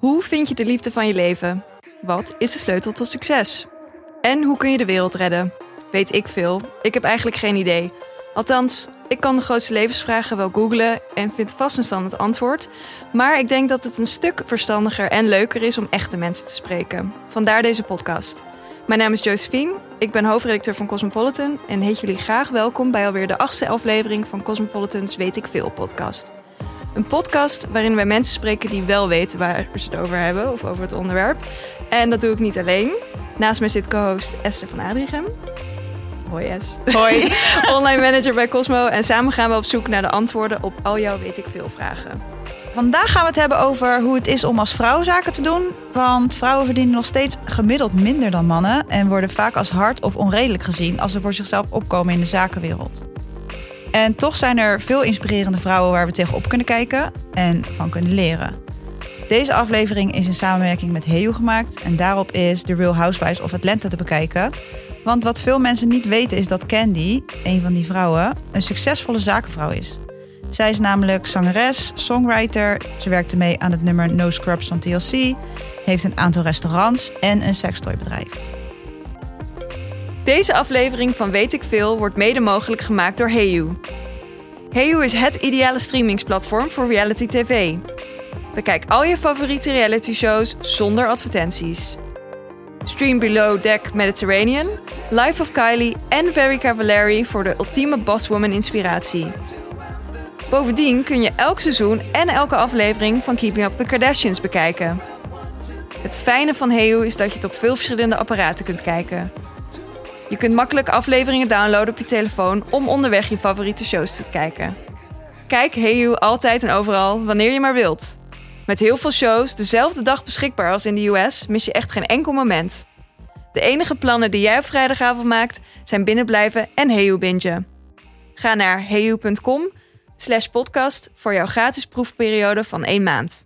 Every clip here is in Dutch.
Hoe vind je de liefde van je leven? Wat is de sleutel tot succes? En hoe kun je de wereld redden? Weet ik veel. Ik heb eigenlijk geen idee. Althans, ik kan de grootste levensvragen wel googlen en vind vast een standaard antwoord. Maar ik denk dat het een stuk verstandiger en leuker is om echte mensen te spreken. Vandaar deze podcast. Mijn naam is Josephine, ik ben hoofdredacteur van Cosmopolitan en heet jullie graag welkom bij alweer de 8e aflevering van Cosmopolitan's Weet ik Veel podcast. Een podcast waarin wij mensen spreken die wel weten waar ze het over hebben of over het onderwerp. En dat doe ik niet alleen. Naast mij zit co-host Esther van Adrichem. Hoi Es. Hoi. Online manager bij Cosmo. En samen gaan we op zoek naar de antwoorden op al jouw Weet ik Veel vragen. Vandaag gaan we het hebben over hoe het is om als vrouw zaken te doen. Want vrouwen verdienen nog steeds gemiddeld minder dan mannen en worden vaak als hard of onredelijk gezien als ze voor zichzelf opkomen in de zakenwereld. En toch zijn er veel inspirerende vrouwen waar we tegenop kunnen kijken en van kunnen leren. Deze aflevering is in samenwerking met Heyu gemaakt en daarop is The Real Housewives of Atlanta te bekijken. Want wat veel mensen niet weten is dat Candy, een van die vrouwen, een succesvolle zakenvrouw is. Zij is namelijk zangeres, songwriter, ze werkte mee aan het nummer No Scrubs van TLC, heeft een aantal restaurants en een sextoybedrijf. Deze aflevering van Weet ik Veel wordt mede mogelijk gemaakt door Heyu. Heyu is het ideale streamingsplatform voor reality tv. Bekijk al je favoriete reality shows zonder advertenties. Stream Below Deck Mediterranean, Life of Kylie en Verica Valeri voor de ultieme bosswoman inspiratie. Bovendien kun je elk seizoen en elke aflevering van Keeping Up the Kardashians bekijken. Het fijne van Heyu is dat je het op veel verschillende apparaten kunt kijken. Je kunt makkelijk afleveringen downloaden op je telefoon om onderweg je favoriete shows te kijken. Kijk Heyu altijd en overal, wanneer je maar wilt. Met heel veel shows dezelfde dag beschikbaar als in de US mis je echt geen enkel moment. De enige plannen die jij op vrijdagavond maakt zijn binnenblijven en Heyu bingen. Ga naar heyu.com/podcast voor jouw gratis proefperiode van 1 maand.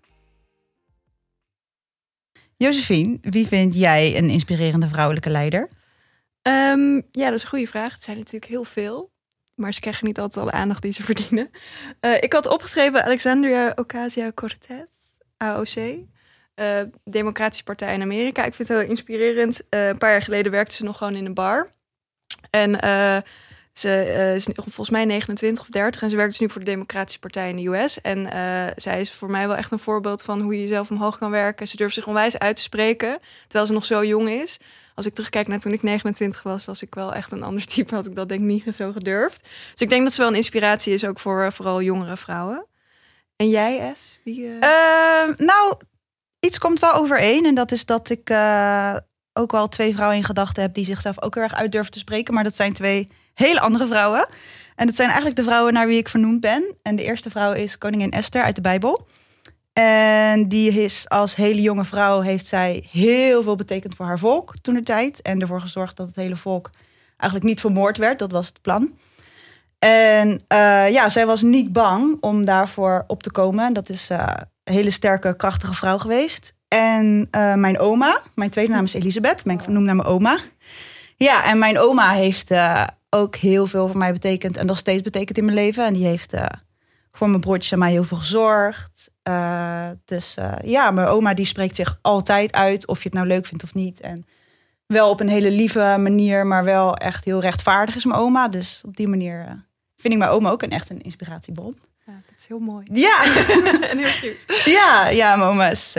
Josephine, wie vind jij een inspirerende vrouwelijke leider? Ja, dat is een goede vraag. Het zijn natuurlijk heel veel. Maar ze krijgen niet altijd alle aandacht die ze verdienen. Ik had opgeschreven Alexandria Ocasio-Cortez, AOC. Democratische Partij in Amerika. Ik vind het heel inspirerend. Een paar jaar geleden werkte ze nog gewoon in een bar. En ze is volgens mij 29 of 30. En ze werkt dus nu voor de Democratische Partij in de US. En zij is voor mij wel echt een voorbeeld van hoe je jezelf omhoog kan werken. Ze durft zich onwijs uit te spreken, terwijl ze nog zo jong is. Als ik terugkijk naar toen ik 29 was ik wel echt een ander type. Had ik dat denk ik niet zo gedurfd. Dus ik denk dat ze wel een inspiratie is, ook voor vooral jongere vrouwen. En jij, Es? Nou, iets komt wel overeen. En dat is dat ik ook wel 2 vrouwen in gedachten heb die zichzelf ook heel erg uit durven te spreken. Maar dat zijn 2 hele andere vrouwen. En dat zijn eigenlijk de vrouwen naar wie ik vernoemd ben. En de eerste vrouw is koningin Esther uit de Bijbel. En die is als hele jonge vrouw heeft zij heel veel betekend voor haar volk toentertijd. En ervoor gezorgd dat het hele volk eigenlijk niet vermoord werd. Dat was het plan. En zij was niet bang om daarvoor op te komen. Dat is een hele sterke, krachtige vrouw geweest. En mijn oma, mijn tweede naam is Elisabeth, ben ik vernoemd naar mijn oma. Ja, en mijn oma heeft ook heel veel voor mij betekend en nog steeds betekent in mijn leven. En die heeft voor mijn broertjes en mij heel veel gezorgd. Mijn oma die spreekt zich altijd uit of je het nou leuk vindt of niet. En wel op een hele lieve manier, maar wel echt heel rechtvaardig is mijn oma. Dus op die manier vind ik mijn oma ook echt een inspiratiebron. Ja, dat is heel mooi. Ja. En heel cute. Ja, mijn oma is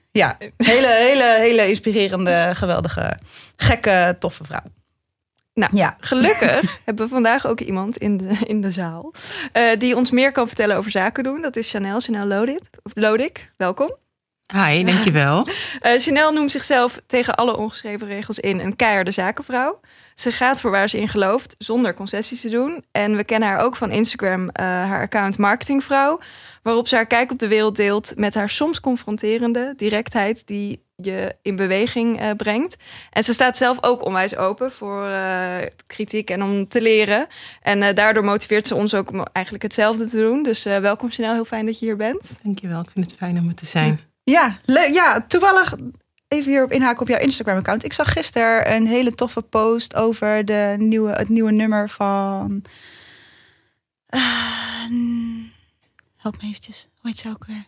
hele inspirerende, geweldige, gekke, toffe vrouw. Nou, ja. Gelukkig hebben we vandaag ook iemand in de zaal die ons meer kan vertellen over zaken doen. Dat is Chanel Lodik. Welkom. Hi, dankjewel. Chanel noemt zichzelf tegen alle ongeschreven regels in een keiharde zakenvrouw. Ze gaat voor waar ze in gelooft, zonder concessies te doen. En we kennen haar ook van Instagram, haar account Marketingvrouw, waarop ze haar kijk op de wereld deelt met haar soms confronterende directheid die je in beweging brengt. En ze staat zelf ook onwijs open voor kritiek en om te leren. En daardoor motiveert ze ons ook om eigenlijk hetzelfde te doen. Dus welkom Chanel, heel fijn dat je hier bent. Dankjewel, ik vind het fijn om er te zijn. Ja, ja, toevallig even hierop inhaken op jouw Instagram-account. Ik zag gisteren een hele toffe post over het nieuwe nummer van... help me eventjes, hoe heet ze ook weer?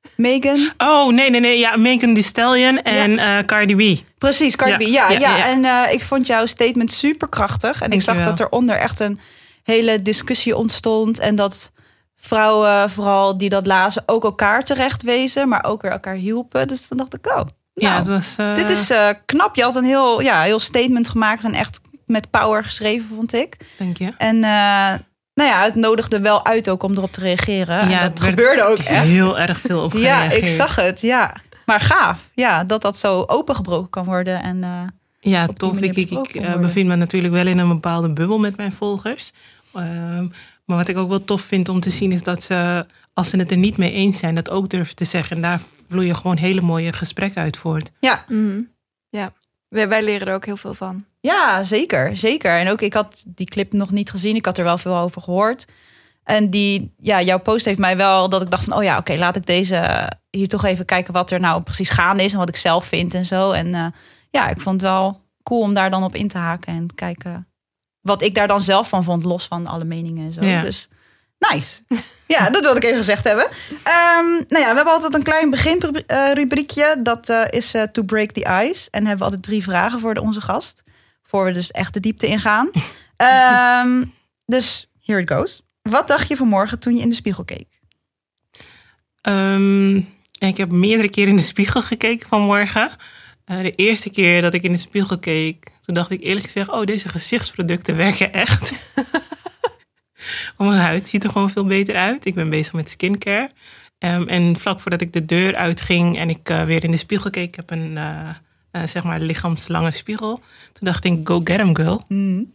Megan. Oh, nee. Ja, Megan Thee Stallion en Cardi B. Precies, Cardi B. Ja. En ik vond jouw statement super krachtig. En ik zag dat eronder echt een hele discussie ontstond. En dat vrouwen vooral die dat lazen ook elkaar terecht wezen. Maar ook weer elkaar hielpen. Dus dan dacht ik, het was... dit is knap. Je had een heel statement gemaakt. En echt met power geschreven, vond ik. Dank je. En het nodigde wel uit ook om erop te reageren. Ja, en dat gebeurde ook echt. Heel erg veel op gereageerd. Ja, ik zag het, ja. Maar gaaf, ja, dat zo opengebroken kan worden. En, tof. Ik bevind me natuurlijk wel in een bepaalde bubbel met mijn volgers. Maar wat ik ook wel tof vind om te zien is dat ze, als ze het er niet mee eens zijn, dat ook durven te zeggen. En daar vloeien gewoon hele mooie gesprekken uit voort. Ja. Ja. Wij leren er ook heel veel van. Ja, zeker. En ook, ik had die clip nog niet gezien. Ik had er wel veel over gehoord. En jouw post heeft mij wel dat ik dacht van... oké, laat ik deze hier toch even kijken wat er nou precies gaande is... en wat ik zelf vind en zo. En ik vond het wel cool om daar dan op in te haken... en kijken wat ik daar dan zelf van vond... los van alle meningen en zo. Ja. Dus nice. Ja, dat wilde ik even gezegd hebben. We hebben altijd een klein beginrubriekje. Dat is To Break the Ice. En hebben we altijd 3 vragen voor onze gast... voor we dus echt de diepte ingaan. Dus here it goes. Wat dacht je vanmorgen toen je in de spiegel keek? Ik heb meerdere keren in de spiegel gekeken vanmorgen. De eerste keer dat ik in de spiegel keek... toen dacht ik eerlijk gezegd... deze gezichtsproducten werken echt. Mijn huid ziet er gewoon veel beter uit. Ik ben bezig met skincare. En vlak voordat ik de deur uitging... en ik weer in de spiegel keek... ik heb een lichaamslange spiegel. Toen dacht ik, go get 'em, girl.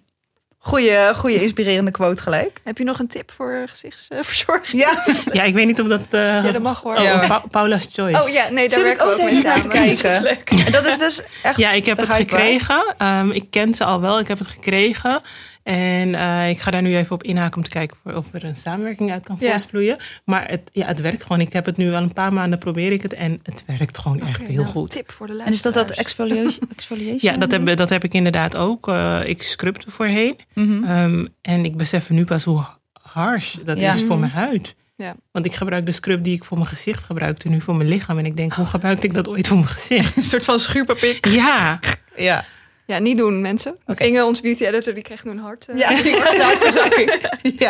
Goeie inspirerende quote gelijk. Heb je nog een tip voor gezichtsverzorging? Ja, ik weet niet of dat... dat mag hoor. Paula's Choice. Oh ja, nee, daar werken we ook mee samen. Te kijken. En dat is dus echt... Ja, ik heb het gekregen. Ik ken ze al wel. Ik heb het gekregen. En ik ga daar nu even op inhaken om te kijken of er een samenwerking uit kan voortvloeien. Maar het werkt gewoon. Ik heb het nu al een paar maanden, probeer ik het. En het werkt gewoon echt heel goed. Tip voor de luisteraars. En is dat exfoliation? Ja, dat heb ik inderdaad ook. Ik scrubde voorheen. Mm-hmm. En ik besef nu pas hoe harsh dat is voor mijn huid. Ja. Want ik gebruik de scrub die ik voor mijn gezicht gebruikte nu voor mijn lichaam. En ik denk, hoe gebruikte ik dat ooit voor mijn gezicht? Een soort van schuurpapier. Ja. Ja, niet doen, mensen. Okay. Inge, ons beauty editor, die krijgt nu een hart. Ja, die krijgt een hartverzakking. Ja.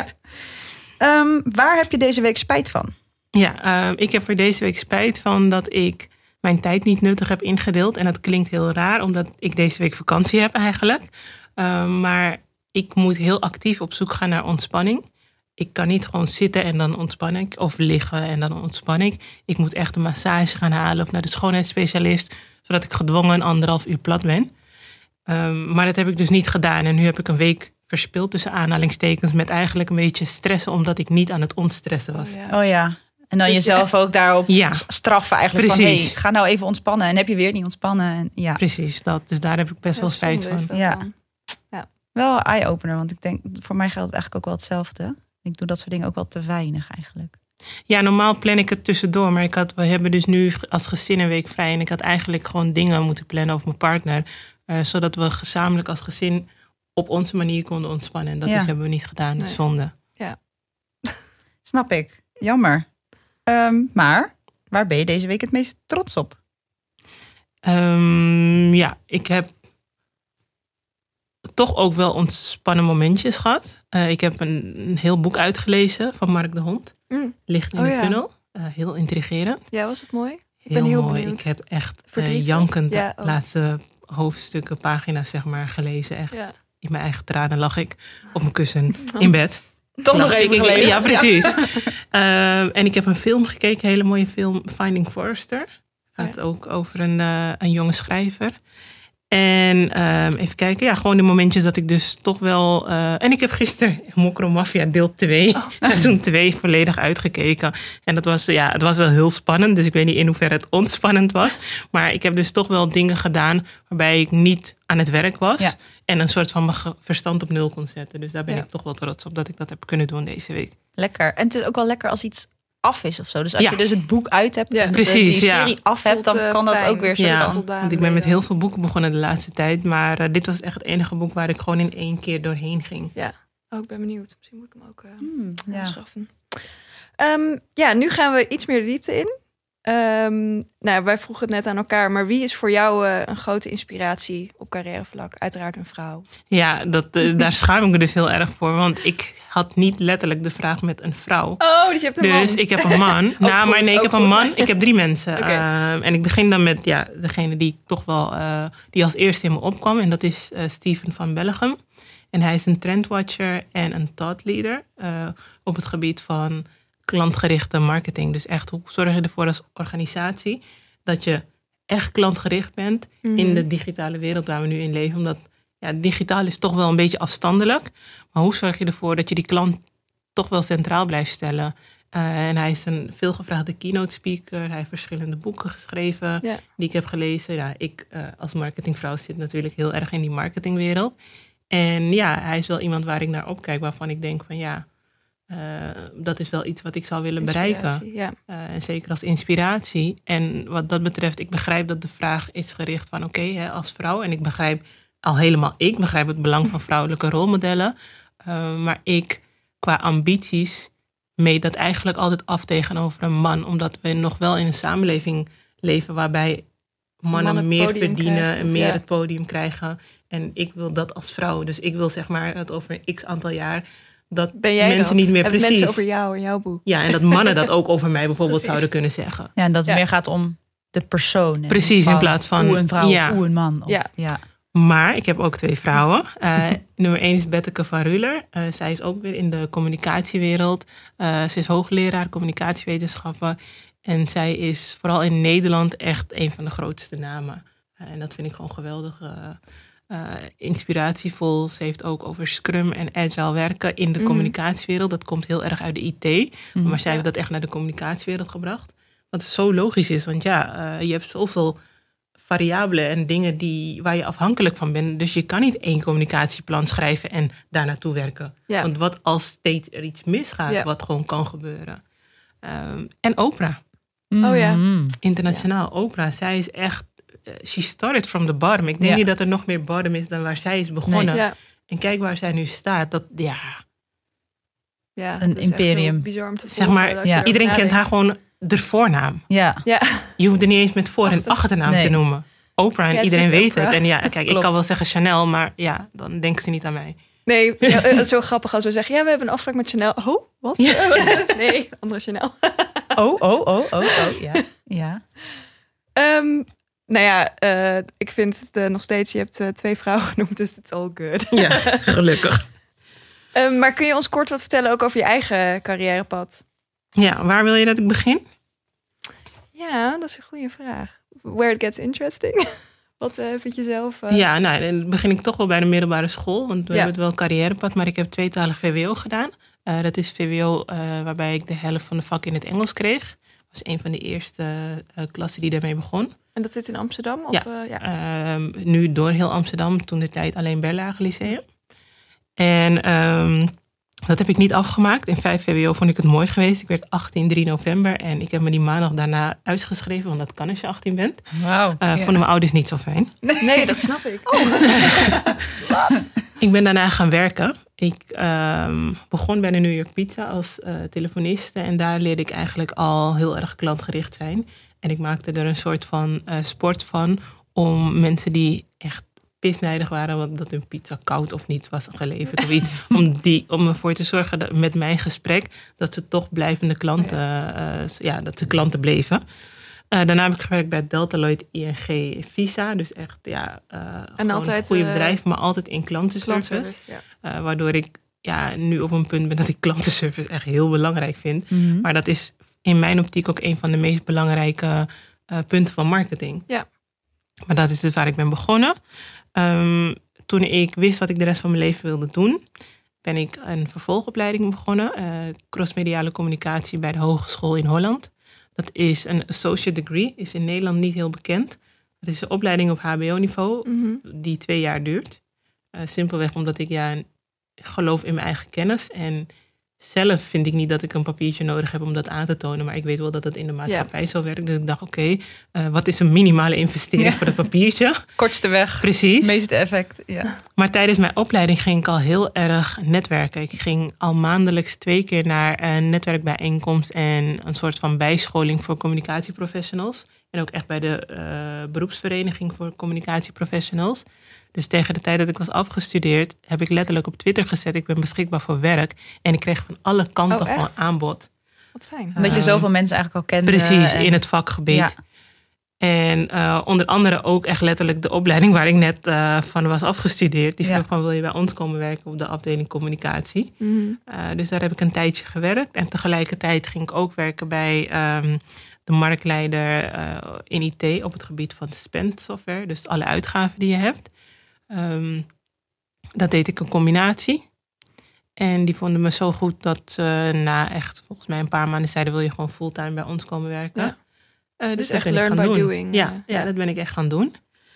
Waar heb je deze week spijt van? Ja, ik heb er deze week spijt van dat ik mijn tijd niet nuttig heb ingedeeld. En dat klinkt heel raar, omdat ik deze week vakantie heb eigenlijk. Maar ik moet heel actief op zoek gaan naar ontspanning. Ik kan niet gewoon zitten en dan ontspan ik. Of liggen en dan ontspan ik. Ik moet echt een massage gaan halen of naar de schoonheidsspecialist. Zodat ik gedwongen 1,5 uur plat ben. Maar dat heb ik dus niet gedaan. En nu heb ik een week verspild tussen aanhalingstekens... met eigenlijk een beetje stressen... omdat ik niet aan het ontstressen was. Oh ja. En dan dus jezelf ook daarop straffen eigenlijk. Precies. Van, ga nou even ontspannen. En heb je weer niet ontspannen. En, ja. Precies, dat. Dus daar heb ik best wel spijt van. Ja. Wel eye-opener. Want ik denk, voor mij geldt het eigenlijk ook wel hetzelfde. Ik doe dat soort dingen ook wel te weinig eigenlijk. Ja, normaal plan ik het tussendoor. Maar we hebben dus nu als gezin een week vrij. En ik had eigenlijk gewoon dingen moeten plannen over mijn partner... zodat we gezamenlijk als gezin op onze manier konden ontspannen. En dat hebben we niet gedaan. Dat is zonde. Ja. Snap ik. Jammer. Maar waar ben je deze week het meest trots op? Ik heb toch ook wel ontspannen momentjes gehad. Ik heb een heel boek uitgelezen van Mark de Hond. Licht in de tunnel. Heel intrigerend. Ja, was het mooi? Ik ben heel mooi. Benieuwd. Ik heb echt jankend de laatste hoofdstukken, pagina's zeg maar gelezen. Echt in mijn eigen tranen lag ik op mijn kussen in bed. Toch nog even geleden. Ja, precies. En ik heb een film gekeken, een hele mooie film, Finding Forrester. Gaat ook over een jonge schrijver. En even kijken, gewoon de momentjes dat ik dus toch wel... en ik heb gisteren Mokromafia deel 2, seizoen 2, volledig uitgekeken. En dat was, het was wel heel spannend. Dus ik weet niet in hoeverre het ontspannend was. Maar ik heb dus toch wel dingen gedaan waarbij ik niet aan het werk was. Ja. En een soort van mijn verstand op 0 kon zetten. Dus daar ben ik toch wel trots op dat ik dat heb kunnen doen deze week. Lekker. En het is ook wel lekker als iets af is of zo. Dus als je dus het boek uit hebt en precies, die serie af hebt, dan kan dat ook weer zo van. Want ik ben met heel veel boeken begonnen de laatste tijd. Maar dit was echt het enige boek waar ik gewoon in 1 keer doorheen ging. Ja, ik ben benieuwd. Misschien moet ik hem ook aanschaffen. Nu gaan we iets meer de diepte in. Wij vroegen het net aan elkaar, maar wie is voor jou een grote inspiratie op carrièrevlak? Uiteraard een vrouw. Ja, daar schaam ik me dus heel erg voor. Want ik had niet letterlijk de vraag met een vrouw. Oh, dus je hebt een man. Dus ik heb een man. Ik heb een man. Ik heb 3 mensen. Okay. En ik begin dan met degene die toch wel die als eerste in me opkwam. En dat is Steven van Bellegem. En hij is een trendwatcher en een thought leader op het gebied van klantgerichte marketing. Dus echt, hoe zorg je ervoor als organisatie dat je echt klantgericht bent in de digitale wereld waar we nu in leven. Omdat digitaal is toch wel een beetje afstandelijk. Maar hoe zorg je ervoor dat je die klant toch wel centraal blijft stellen? En hij is een veelgevraagde keynote speaker. Hij heeft verschillende boeken geschreven die ik heb gelezen. Ja, ik als marketingvrouw zit natuurlijk heel erg in die marketingwereld. En hij is wel iemand waar ik naar opkijk, waarvan ik denk van dat is wel iets wat ik zou willen bereiken. Ja. En zeker als inspiratie. En wat dat betreft, ik begrijp dat de vraag is gericht van oké, als vrouw. En ik begrijp het belang van vrouwelijke rolmodellen. Maar ik, qua ambities, meet dat eigenlijk altijd af tegenover een man. Omdat we nog wel in een samenleving leven waarbij mannen meer verdienen en meer het podium krijgen. En ik wil dat als vrouw. Dus ik wil zeg maar dat over x aantal jaar dat mensen niet meer precies. Mensen over jou en jouw boek. Ja, en dat mannen dat ook over mij bijvoorbeeld zouden kunnen zeggen. Ja, en dat het meer gaat om de persoon. Precies, in plaats van hoe een vrouw of hoe een man. Ja. Maar ik heb ook 2 vrouwen. Nummer 1 is Betteke van Ruler. Zij is ook weer in de communicatiewereld. Ze is hoogleraar communicatiewetenschappen. En zij is vooral in Nederland echt een van de grootste namen. En dat vind ik gewoon geweldig inspiratievol. Ze heeft ook over Scrum en Agile werken in de communicatiewereld. Dat komt heel erg uit de IT. Maar zij heeft dat echt naar de communicatiewereld gebracht. Wat zo logisch is. Want je hebt zoveel variabelen en dingen waar je afhankelijk van bent. Dus je kan niet 1 communicatieplan schrijven en daar naartoe werken. Ja. Want wat als steeds er iets misgaat, wat gewoon kan gebeuren. En Oprah. Oh ja. Internationaal Oprah. Zij is echt she started from the bottom. Ik denk niet dat er nog meer bottom is dan waar zij is begonnen. Nee. Ja. En kijk waar zij nu staat. Een imperium. Bizar om te zeg maar, iedereen kent haar gewoon de voornaam. Ja. Je hoeft er niet eens met voor- en achternaam te noemen. Oprah en iedereen weet het. En kijk, ik kan wel zeggen Chanel, maar dan denken ze niet aan mij. Nee, het is zo grappig als we zeggen, we hebben een afspraak met Chanel. Oh, wat? Nee, andere Chanel. Ja. Ik vind het nog steeds, je hebt 2 vrouwen genoemd, dus it's all good. Ja, gelukkig. Maar kun je ons kort wat vertellen ook over je eigen carrièrepad? Ja, waar wil je dat ik begin? Ja, dat is een goede vraag. Where it gets interesting. Wat vind je zelf? Dan begin ik toch wel bij de middelbare school. Want we hebben het wel carrièrepad, maar ik heb 2-talig VWO gedaan. Dat is VWO waarbij ik de helft van de vakken in het Engels kreeg. Dat was een van de eerste klassen die daarmee begon. En dat zit in Amsterdam? Of, nu door heel Amsterdam, toen de tijd alleen Berlage Lyceum. En dat heb ik niet afgemaakt. In 5 VWO vond ik het mooi geweest. Ik werd 18 3 november en ik heb me die maandag daarna uitgeschreven, want dat kan als je 18 bent. Wauw. Vonden mijn ouders niet zo fijn. Nee, dat snap ik. Ik ben daarna gaan werken. Ik begon bij de New York Pizza als telefoniste en daar leerde ik eigenlijk al heel erg klantgericht zijn. En ik maakte er een soort van sport van om mensen die echt pisnijdig waren dat hun pizza koud of niet was geleverd of iets. Om ervoor te zorgen dat met mijn gesprek dat ze toch blijvende klanten, dat ze klanten bleven. Daarna heb ik gewerkt bij Deltaloid, ING, Visa. Dus echt en altijd een goede bedrijf, maar altijd in klantenservice. Waardoor ik nu op een punt ben dat ik klantenservice echt heel belangrijk vind. Mm-hmm. Maar dat is in mijn optiek ook een van de meest belangrijke punten van marketing. Ja. Maar dat is dus waar ik ben begonnen. Toen ik wist wat ik de rest van mijn leven wilde doen, ben ik een vervolgopleiding begonnen. Crossmediale communicatie bij de Hogeschool in Holland. Dat is een associate degree, is in Nederland niet heel bekend. Dat is een opleiding op hbo-niveau die 2 jaar duurt. Simpelweg omdat ik geloof in mijn eigen kennis. En zelf vind ik niet dat ik een papiertje nodig heb om dat aan te tonen. Maar ik weet wel dat het in de maatschappij zo werkt. Dus ik dacht, oké, wat is een minimale investering voor dat papiertje? Kortste weg. Precies. Meeste effect. Ja. Maar tijdens mijn opleiding ging ik al heel erg netwerken. Ik ging al maandelijks 2 keer naar een netwerkbijeenkomst en een soort van bijscholing voor communicatieprofessionals. En ook echt bij de beroepsvereniging voor communicatieprofessionals. Dus tegen de tijd dat ik was afgestudeerd, heb ik letterlijk op Twitter gezet, ik ben beschikbaar voor werk. En ik kreeg van alle kanten gewoon aanbod. Wat fijn. Dat je zoveel mensen eigenlijk al kende. Precies, in het vakgebied. Ja. En onder andere ook echt letterlijk de opleiding waar ik net van was afgestudeerd. Die vroeg van, wil je bij ons komen werken op de afdeling communicatie? Mm-hmm. Dus daar heb ik een tijdje gewerkt. En tegelijkertijd ging ik ook werken bij de marktleider in IT op het gebied van spend software. Dus alle uitgaven die je hebt. Dat deed ik een combinatie. En die vonden me zo goed dat ze na echt volgens mij een paar maanden zeiden, wil je gewoon fulltime bij ons komen werken? Ja. Dus echt learn by doing. Ja, dat ben ik echt gaan doen.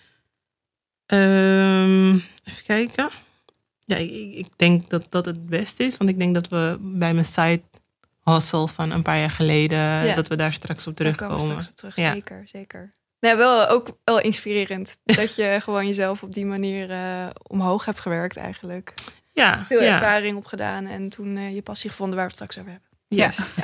Even kijken. Ja, ik denk dat dat het beste is. Want ik denk dat we bij mijn side hustle van een paar jaar geleden, dat we daar straks op terugkomen. Daar komen we straks op terug, zeker. Ja, wel ook wel inspirerend. Dat je gewoon jezelf op die manier omhoog hebt gewerkt eigenlijk. Ja. Veel ervaring opgedaan en toen je passie gevonden waar we het straks over hebben. Yes.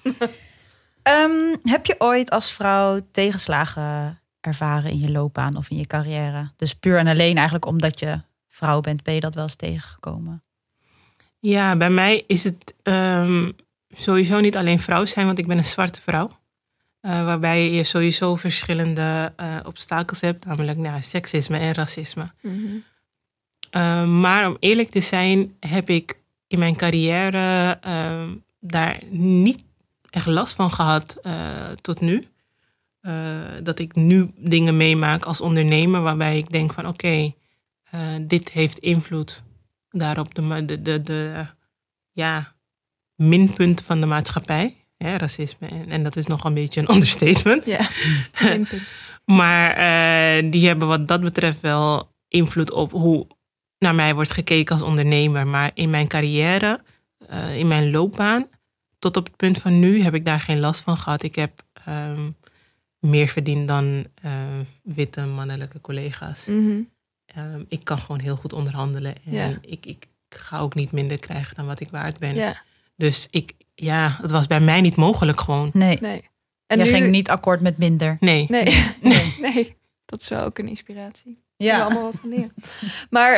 Heb je ooit als vrouw tegenslagen ervaren in je loopbaan of in je carrière? Dus puur en alleen eigenlijk omdat je vrouw bent, ben je dat wel eens tegengekomen? Ja, bij mij is het sowieso niet alleen vrouw zijn, want ik ben een zwarte vrouw. Waarbij je sowieso verschillende obstakels hebt, namelijk seksisme en racisme. Mm-hmm. Maar om eerlijk te zijn, heb ik in mijn carrière daar niet echt last van gehad tot nu. Dat ik nu dingen meemaak als ondernemer waarbij ik denk van oké, dit heeft invloed daarop de minpunten van de maatschappij. Ja, racisme. En dat is nog een beetje een understatement. Ja, minpunt. Maar die hebben wat dat betreft wel invloed op hoe naar mij wordt gekeken als ondernemer. Maar in mijn carrière, in mijn loopbaan, tot op het punt van nu heb ik daar geen last van gehad. Ik heb meer verdiend dan witte mannelijke collega's. Mm-hmm. Ik kan gewoon heel goed onderhandelen. En ik ga ook niet minder krijgen dan wat ik waard ben. Ja. Dus het was bij mij niet mogelijk gewoon. Nee. En je ging niet akkoord met minder. Nee. Nee. Dat is wel ook een inspiratie. Ja. We allemaal wat van leren. Maar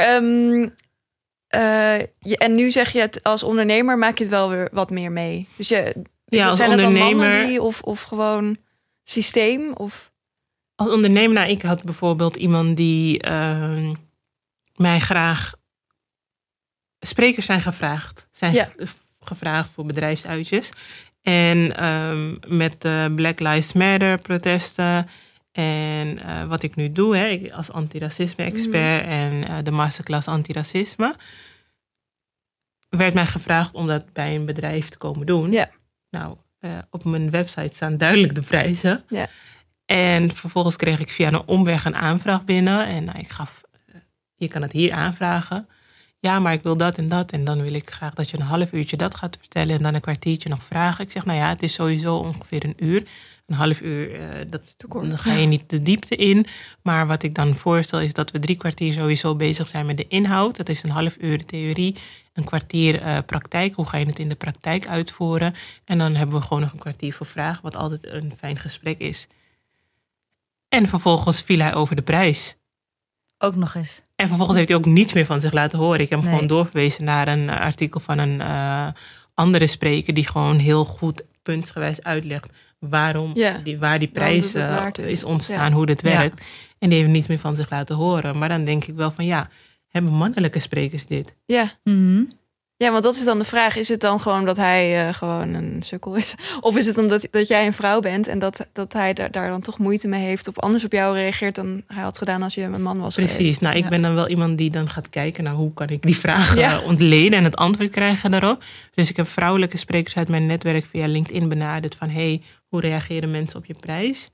en nu zeg je het als ondernemer maak je het wel weer wat meer mee. Dus als zijn het dan ondernemer, mannen die of gewoon systeem? Of? Als ondernemer, ik had bijvoorbeeld iemand die mij graag sprekers zijn gevraagd. Gevraagd voor bedrijfsuitjes. En met de Black Lives Matter protesten. En wat ik nu doe, als antiracisme-expert en de masterclass antiracisme, werd mij gevraagd om dat bij een bedrijf te komen doen. Ja. Nou, op mijn website staan duidelijk de prijzen. Ja. En vervolgens kreeg ik via een omweg een aanvraag binnen. En ik gaf, je kan het hier aanvragen. Ja, maar ik wil dat en dat. En dan wil ik graag dat je een half uurtje dat gaat vertellen. En dan een kwartiertje nog vragen. Ik zeg, het is sowieso ongeveer een uur. Een half uur, dan ga je niet de diepte in. Maar wat ik dan voorstel is dat we 3 kwartier sowieso bezig zijn met de inhoud. Dat is een half uur de theorie, een kwartier praktijk. Hoe ga je het in de praktijk uitvoeren? En dan hebben we gewoon nog een kwartier voor vragen. Wat altijd een fijn gesprek is. En vervolgens viel hij over de prijs. Ook nog eens. En vervolgens heeft hij ook niets meer van zich laten horen. Ik heb hem gewoon doorverwezen naar een artikel van een andere spreker die gewoon heel goed puntsgewijs uitlegt waar die prijs is ontstaan, hoe dit werkt. En die heeft niets meer van zich laten horen. Maar dan denk ik wel van hebben mannelijke sprekers dit? Ja. Mm-hmm. Ja, want dat is dan de vraag. Is het dan gewoon dat hij gewoon een sukkel is? Of is het omdat dat jij een vrouw bent en dat hij daar dan toch moeite mee heeft of anders op jou reageert dan hij had gedaan als je een man was Precies. geweest? Ik ben dan wel iemand die dan gaat kijken naar hoe kan ik die vraag ontleden en het antwoord krijgen daarop. Dus ik heb vrouwelijke sprekers uit mijn netwerk via LinkedIn benaderd van hoe reageren mensen op je prijs?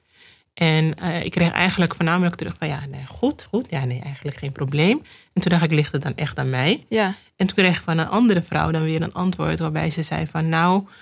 En ik kreeg eigenlijk voornamelijk terug van goed. Ja, nee, eigenlijk geen probleem. En toen dacht ik, ligt het dan echt aan mij? Ja. En toen kreeg ik van een andere vrouw dan weer een antwoord waarbij ze zei van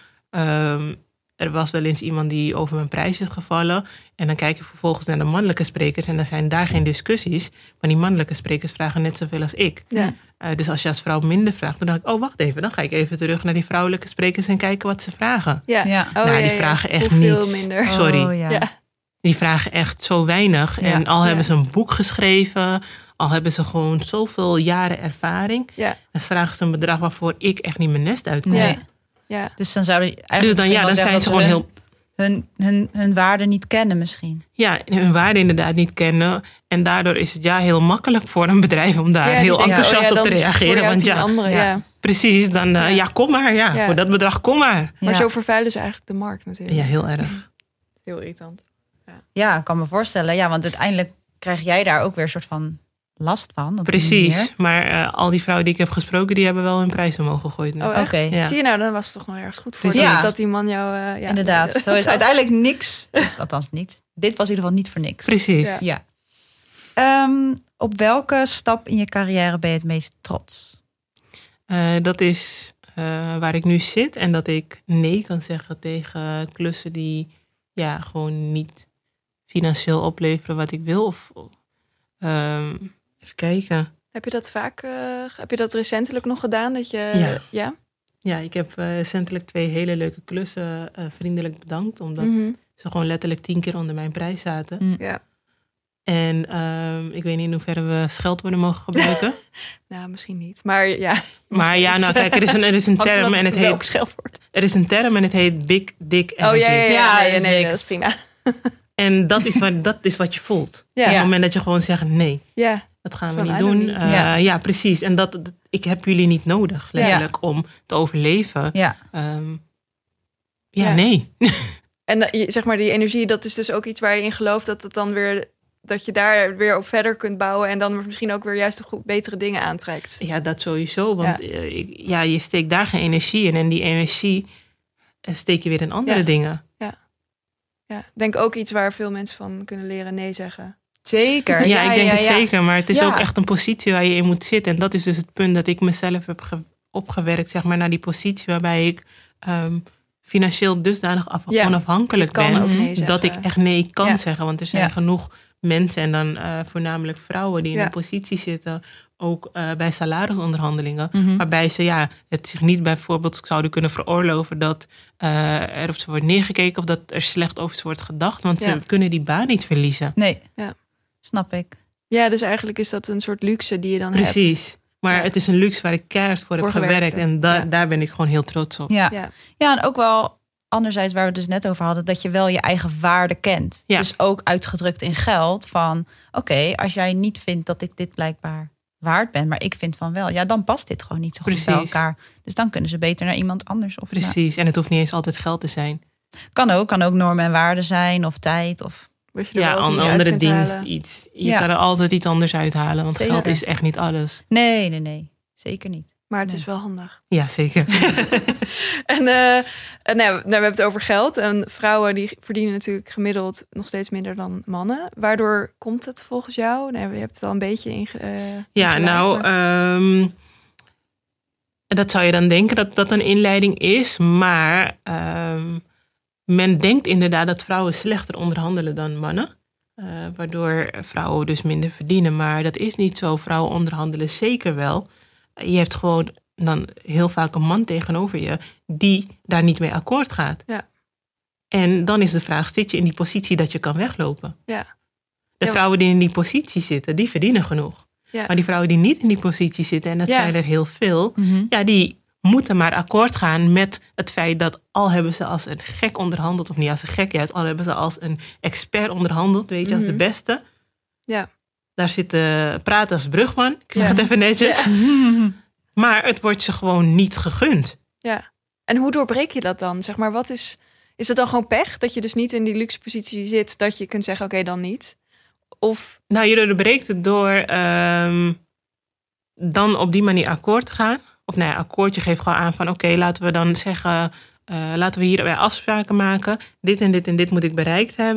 er was wel eens iemand die over mijn prijs is gevallen. En dan kijk je vervolgens naar de mannelijke sprekers en dan zijn daar geen discussies. Maar die mannelijke sprekers vragen net zoveel als ik. Ja. Dus als je als vrouw minder vraagt, dan dacht ik, wacht even. Dan ga ik even terug naar die vrouwelijke sprekers en kijken wat ze vragen. Ja. Ja. Die vragen echt veel niet. minder. Sorry. Oh, ja. Ja. Die vragen echt zo weinig. Ja. En al hebben Ja. ze een boek geschreven, al hebben ze gewoon zoveel jaren ervaring. Ja. Dan vragen ze een bedrag waarvoor ik echt niet mijn nest uitkom. Nee. Ja. Ja. Dus dan zouden eigenlijk Dus dan misschien wel zijn zeggen ze dat gewoon heel... hun waarde niet kennen misschien. Ja, hun waarde inderdaad niet kennen. En daardoor is het heel makkelijk voor een bedrijf om daar Ja, heel die denken, enthousiast op te dan is het voor reageren. jou Want 10 anderen, ja. ja. precies, dan kom maar. Ja, voor dat bedrag kom maar. Maar Ja. zo vervuilen ze eigenlijk de markt natuurlijk. Ja, heel erg. Heel irritant. Ja, ik kan me voorstellen. Ja, want uiteindelijk krijg jij daar ook weer een soort van last van. op die Precies, manier. maar al die vrouwen die ik heb gesproken, die hebben wel hun prijs omhoog gegooid. nu. Oh, echt? Oké. Ja. Zie je nou, dan was het toch nog ergens goed voor. Precies. Ja. Dat die man jou... ja. Inderdaad. Ja, Zo is uiteindelijk niks. Althans niet. Dit was in ieder geval niet voor niks. Precies. Ja. Ja. Op welke stap in je carrière ben je het meest trots? Dat is waar ik nu zit en dat ik nee kan zeggen tegen klussen die gewoon niet financieel opleveren wat ik wil. Even kijken. Heb je dat vaak... heb je dat recentelijk nog gedaan? Dat je... Ja? Ja, ik heb recentelijk 2 hele leuke klussen vriendelijk bedankt. Omdat Mhm. ze gewoon letterlijk 10 keer onder mijn prijs zaten. Ja. En ik weet niet in hoeverre we scheldwoorden mogen gebruiken. Nou, misschien niet. Maar ja. Maar ja, nou kijk, er is een term en het Welk heet... scheldwoord? Er is een term en het heet big dick energy. Oh ja, Ja, nee, dat is nee, niks. dat is prima. En dat is wat je voelt. Ja. Op Ja. het moment dat je gewoon zegt, nee, Ja. dat gaan we Van, niet I don't doen. need you. Ja, precies. En ik heb jullie niet nodig, letterlijk, om te overleven. Ja. Ja. Nee. En zeg maar, die energie, dat is dus ook iets waar je in gelooft dat het dan weer... Dat je daar weer op verder kunt bouwen en dan misschien ook weer juist de betere dingen aantrekt. Ja, dat sowieso. Want je steekt daar geen energie in. En die energie steek je weer in andere dingen. Ja, denk ook iets waar veel mensen van kunnen leren nee zeggen. Zeker. Ja, ik denk het zeker. Maar het is Ja. ook echt een positie waar je in moet zitten. En dat is dus het punt dat ik mezelf heb opgewerkt, zeg maar, naar die positie waarbij ik financieel dusdanig onafhankelijk kan ben. ook nee zeggen. Dat ik echt nee kan Ja. zeggen. Want er zijn Ja. genoeg mensen en dan voornamelijk vrouwen die in Ja. een positie zitten, ook bij salarisonderhandelingen, Mhm. waarbij ze het zich niet bijvoorbeeld zouden kunnen veroorloven dat er op ze wordt neergekeken of dat er slecht over ze wordt gedacht, want Ja. ze kunnen die baan niet verliezen. Nee. Ja. Snap ik. Ja, dus eigenlijk is dat een soort luxe die je dan hebt. Precies. Maar Ja. het is een luxe waar ik keihard voor heb Voor gewerkt. gewerkt, En ja. daar ben ik gewoon heel trots op. Ja. Ja. Ja, en ook wel anderzijds waar we het dus net over hadden, dat je wel je eigen waarde kent. Ja. Dus ook uitgedrukt in geld van, oké, als jij niet vindt dat ik dit blijkbaar waard ben, maar ik vind van wel, ja, dan past dit gewoon niet zo goed bij Precies. elkaar. Dus dan kunnen ze beter naar iemand anders. Of Precies. En het hoeft niet eens altijd geld te zijn. kan ook normen en waarden zijn of tijd. Of, Wat je er Ja, wel of een niet uit andere kunt dienst, halen. iets. Je Ja. kan er altijd iets anders uithalen. Want Zeker. geld is echt niet alles. nee, zeker niet. Maar het Nee. is wel handig. Ja, zeker. En we hebben het over geld. En vrouwen die verdienen natuurlijk gemiddeld nog steeds minder dan mannen. Waardoor komt het volgens jou? Nee, je hebt het al een beetje Ja, nou, dat zou je dan denken dat dat een inleiding is. Maar men denkt inderdaad dat vrouwen slechter onderhandelen dan mannen. Waardoor vrouwen dus minder verdienen. Maar dat is niet zo. Vrouwen onderhandelen zeker wel. Je hebt gewoon dan heel vaak een man tegenover je die daar niet mee akkoord gaat. Ja. En dan is de vraag, zit je in die positie dat je kan weglopen? Ja. De Ja. vrouwen die in die positie zitten, die verdienen genoeg. Ja. Maar die vrouwen die niet in die positie zitten, en dat Ja. zijn er heel veel, ja, die moeten maar akkoord gaan met het feit dat al hebben ze als een gek onderhandeld, of niet als een gek juist, al hebben ze als een expert onderhandeld, weet je, als de beste. Ja. Daar zitten praten als brugman, ik zeg Ja. het even netjes. Maar het wordt ze gewoon niet gegund. Ja. En hoe doorbreek je dat dan? Zeg maar, wat is het dan gewoon pech? Dat je dus niet in die luxe positie zit, dat je kunt zeggen, oké, dan niet? Of... Nou, je doorbreekt het door dan op die manier akkoord te gaan. Of nou ja, akkoord, je geeft gewoon aan van oké, laten we dan zeggen, laten we hierbij afspraken maken. Dit en dit en dit moet ik bereikt hebben.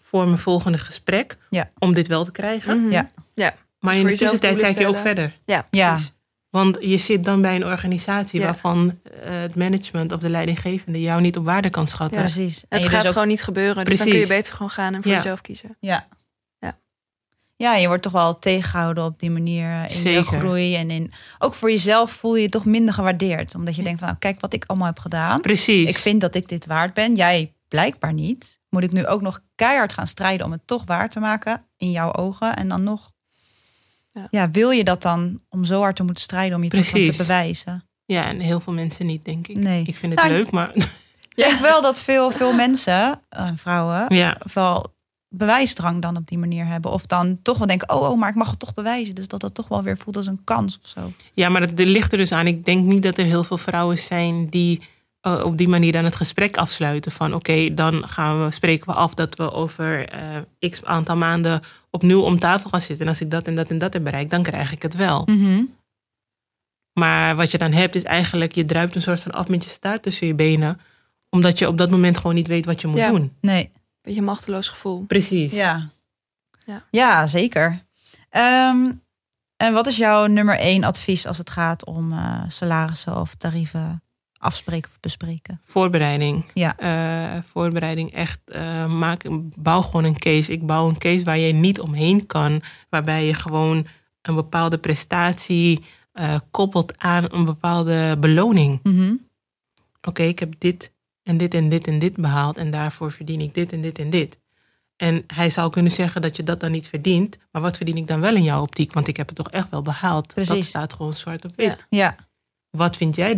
voor mijn volgende gesprek om dit wel te krijgen. Mm-hmm. Ja. Maar Dus in voor de tussentijd jezelf kijk je ook doelen verder. Ja, Ja. precies. Want je zit dan bij een organisatie waarvan het management of de leidinggevende jou niet op waarde kan schatten. Precies. En Het je gaat dus ook- gewoon niet gebeuren. Dus dan kun je beter gewoon gaan en voor jezelf kiezen. Ja, je wordt toch wel tegengehouden op die manier in je Zeker. groei. En ook voor jezelf voel je je toch minder gewaardeerd. Omdat je denkt van, nou, kijk wat ik allemaal heb gedaan. Precies. Ik vind dat ik dit waard ben. Jij blijkbaar niet. Moet ik nu ook nog keihard gaan strijden om het toch waar te maken in jouw ogen. En dan nog, wil je dat dan om zo hard te moeten strijden om je toch te bewijzen? Ja, en heel veel mensen niet, denk ik. Nee. Ik vind het leuk, maar... Ik denk wel dat veel mensen, vrouwen, wel bewijsdrang dan op die manier hebben. Of dan toch wel denken, oh, maar ik mag het toch bewijzen. Dus dat toch wel weer voelt als een kans of zo. Ja, maar het ligt er dus aan. Ik denk niet dat er heel veel vrouwen zijn die op die manier dan het gesprek afsluiten. Van oké, dan spreken we af dat we over x aantal maanden opnieuw om tafel gaan zitten. En als ik dat en dat en dat heb bereikt, dan krijg ik het wel. Mm-hmm. Maar wat je dan hebt is eigenlijk, je druipt een soort van af met je staart tussen je benen. Omdat je op dat moment gewoon niet weet wat je moet doen. Nee. Beetje een machteloos gevoel. Precies. Ja, zeker. En wat is jouw nummer 1 advies als het gaat om salarissen of tarieven afspreken of bespreken? Voorbereiding. Ja. Voorbereiding echt. Bouw gewoon een case. Ik bouw een case waar je niet omheen kan. Waarbij je gewoon een bepaalde prestatie koppelt aan een bepaalde beloning. Mm-hmm. Oké, ik heb dit en dit en dit en dit behaald. En daarvoor verdien ik dit en dit en dit. En hij zou kunnen zeggen dat je dat dan niet verdient. Maar wat verdien ik dan wel in jouw optiek? Want ik heb het toch echt wel behaald. Precies. Dat staat gewoon zwart op wit. Ja. Wat vind jij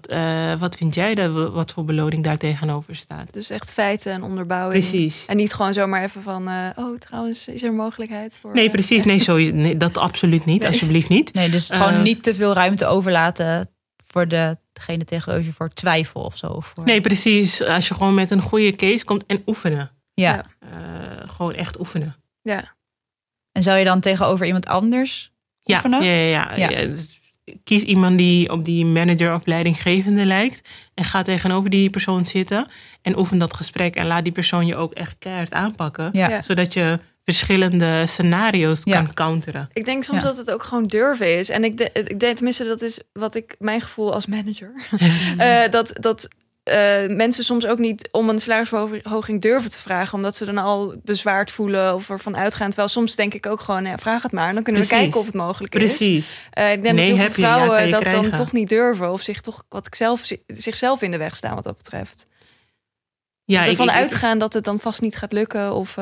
wat voor beloning daar tegenover staat? Dus echt feiten en onderbouwing. Precies. En niet gewoon zomaar even van, trouwens, is er een mogelijkheid voor... Nee, precies. Nee, dat absoluut niet. Nee. Alsjeblieft niet. Nee, dus gewoon niet te veel ruimte overlaten voor degene tegenover je voor twijfel of zo. Nee, precies. Als je gewoon met een goede case komt en oefenen. Ja. Gewoon echt oefenen. Ja. En zou je dan tegenover iemand anders oefenen? Ja. Dus kies iemand die op die manager of leidinggevende lijkt. En ga tegenover die persoon zitten. En oefen dat gesprek. En laat die persoon je ook echt keihard aanpakken. Ja. Zodat je verschillende scenario's kan counteren. Ik denk soms dat het ook gewoon durven is. En ik denk, tenminste, dat is wat mijn gevoel als manager. Dat mensen soms ook niet om een salarisverhoging durven te vragen. Omdat ze dan al bezwaard voelen of ervan uitgaan. Terwijl soms denk ik ook gewoon, vraag het maar. Dan kunnen we kijken of het mogelijk is. Precies. Ik denk dat heel veel vrouwen dat dan toch niet durven. Of zichzelf in de weg staan wat dat betreft. Ja, ervan uitgaan dat het dan vast niet gaat lukken. Of...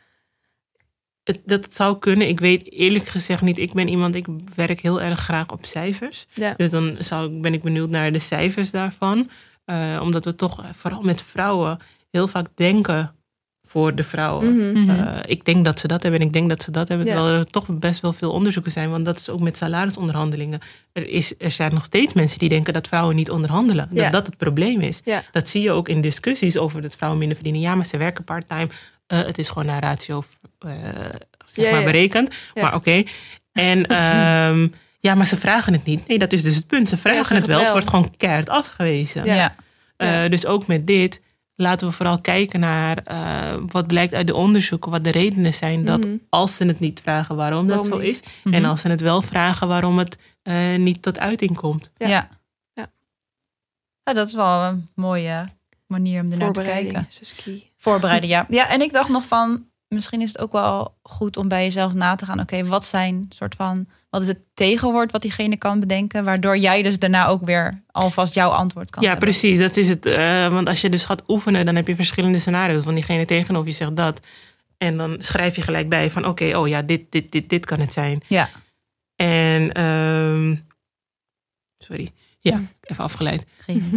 Dat zou kunnen. Ik weet eerlijk gezegd niet. Ik ben iemand, ik werk heel erg graag op cijfers. Ja. Dus dan ben ik benieuwd naar de cijfers daarvan. Omdat we toch vooral met vrouwen heel vaak denken voor de vrouwen. Mm-hmm. Ik denk dat ze dat hebben en ik denk dat ze dat hebben. Terwijl er toch best wel veel onderzoeken zijn. Want dat is ook met salarisonderhandelingen. Er zijn nog steeds mensen die denken dat vrouwen niet onderhandelen. Ja. Dat het probleem is. Ja. Dat zie je ook in discussies over dat vrouwen minder verdienen. Ja, maar ze werken part-time. Het is gewoon naar ratio berekend. Ja. Maar oké. En maar ze vragen het niet. Nee, dat is dus het punt. Ze vragen het wel. Het wordt gewoon keihard afgewezen. Ja. Dus ook met dit laten we vooral kijken naar wat blijkt uit de onderzoeken. Wat de redenen zijn dat als ze het niet vragen waarom dat zo is. Mm-hmm. En als ze het wel vragen waarom het niet tot uiting komt. Ja, dat is wel een mooie manier om ernaar te kijken. Voorbereiden, ja. Ja, en ik dacht nog van, misschien is het ook wel goed om bij jezelf na te gaan. Oké, wat is het tegenwoord wat diegene kan bedenken, waardoor jij dus daarna ook weer alvast jouw antwoord kan hebben. Precies, dat is het. Want als je dus gaat oefenen, dan heb je verschillende scenario's. Want diegene tegenover je zegt dat. En dan schrijf je gelijk bij van oké, dit kan het zijn. Ja. En, sorry. Ja, even afgeleid.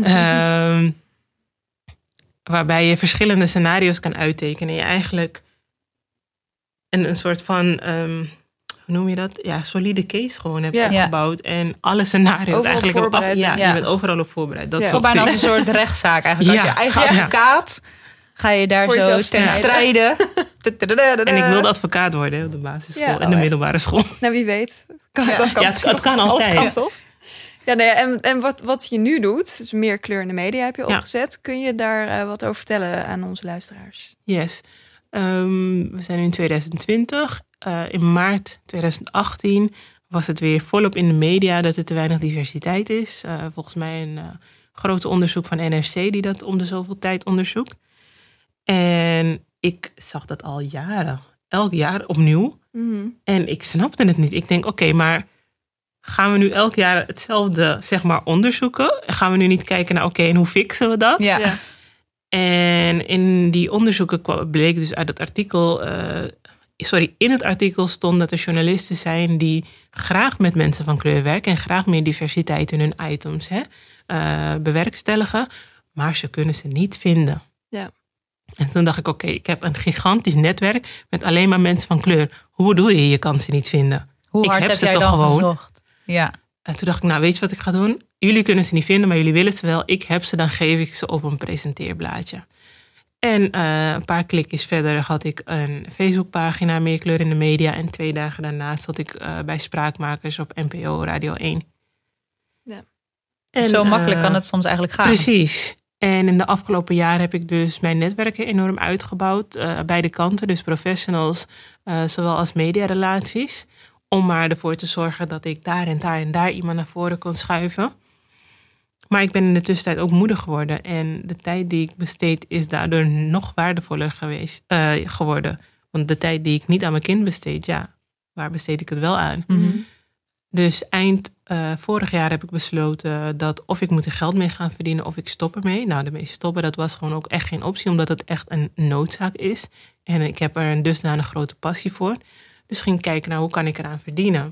Waarbij je verschillende scenario's kan uittekenen. En je eigenlijk een soort van, hoe noem je dat? Ja, solide case gewoon hebt opgebouwd. En alle scenario's eigenlijk je bent overal op voorbereid. Dat is bijna als een soort rechtszaak eigenlijk. Als je eigen advocaat ga je daar voor zo ten strijden. En ik wilde advocaat worden op de basisschool en de middelbare school. Nou, wie weet. Het kan altijd. Alles kan toch? Ja, nee, en wat je nu doet, dus meer kleur in de media heb je opgezet. Kun je daar wat over vertellen aan onze luisteraars? Yes. We zijn nu in 2020. In maart 2018 was het weer volop in de media dat er te weinig diversiteit is. Volgens mij een grote onderzoek van NRC die dat om de zoveel tijd onderzoekt. En ik zag dat al jaren. Elk jaar opnieuw. Mm-hmm. En ik snapte het niet. Ik denk, oké, maar gaan we nu elk jaar hetzelfde, zeg maar, onderzoeken? Gaan we nu niet kijken naar, en hoe fixen we dat? Ja. Ja. En in die onderzoeken bleek dus uit het artikel... in het artikel stond dat er journalisten zijn die graag met mensen van kleur werken en graag meer diversiteit in hun items bewerkstelligen, maar ze kunnen ze niet vinden. Ja. En toen dacht ik, ik heb een gigantisch netwerk met alleen maar mensen van kleur. Hoe bedoel je, je kan ze niet vinden? Hoe hard heb heb ze jij toch dan gewoon gezocht? Ja. En toen dacht ik, weet je wat ik ga doen? Jullie kunnen ze niet vinden, maar jullie willen ze wel. Ik heb ze, dan geef ik ze op een presenteerblaadje. En een paar klikjes verder had ik een Facebookpagina, Meer Kleur in de Media. En 2 dagen daarna zat ik bij Spraakmakers op NPO Radio 1. Ja. En, zo makkelijk kan het soms eigenlijk gaan. Precies. En in de afgelopen jaren heb ik dus mijn netwerken enorm uitgebouwd. Beide kanten, dus professionals, zowel als mediarelaties. Om maar ervoor te zorgen dat ik daar en daar en daar iemand naar voren kon schuiven. Maar ik ben in de tussentijd ook moeder geworden. En de tijd die ik besteed is daardoor nog waardevoller geworden. Want de tijd die ik niet aan mijn kind besteed, waar besteed ik het wel aan? Mm-hmm. Dus eind vorig jaar heb ik besloten dat of ik moet er geld mee gaan verdienen of ik stop ermee. Nou, ermee stoppen, dat was gewoon ook echt geen optie, omdat het echt een noodzaak is. En ik heb er een dusdanig grote passie voor. Dus ging kijken naar hoe kan ik eraan verdienen.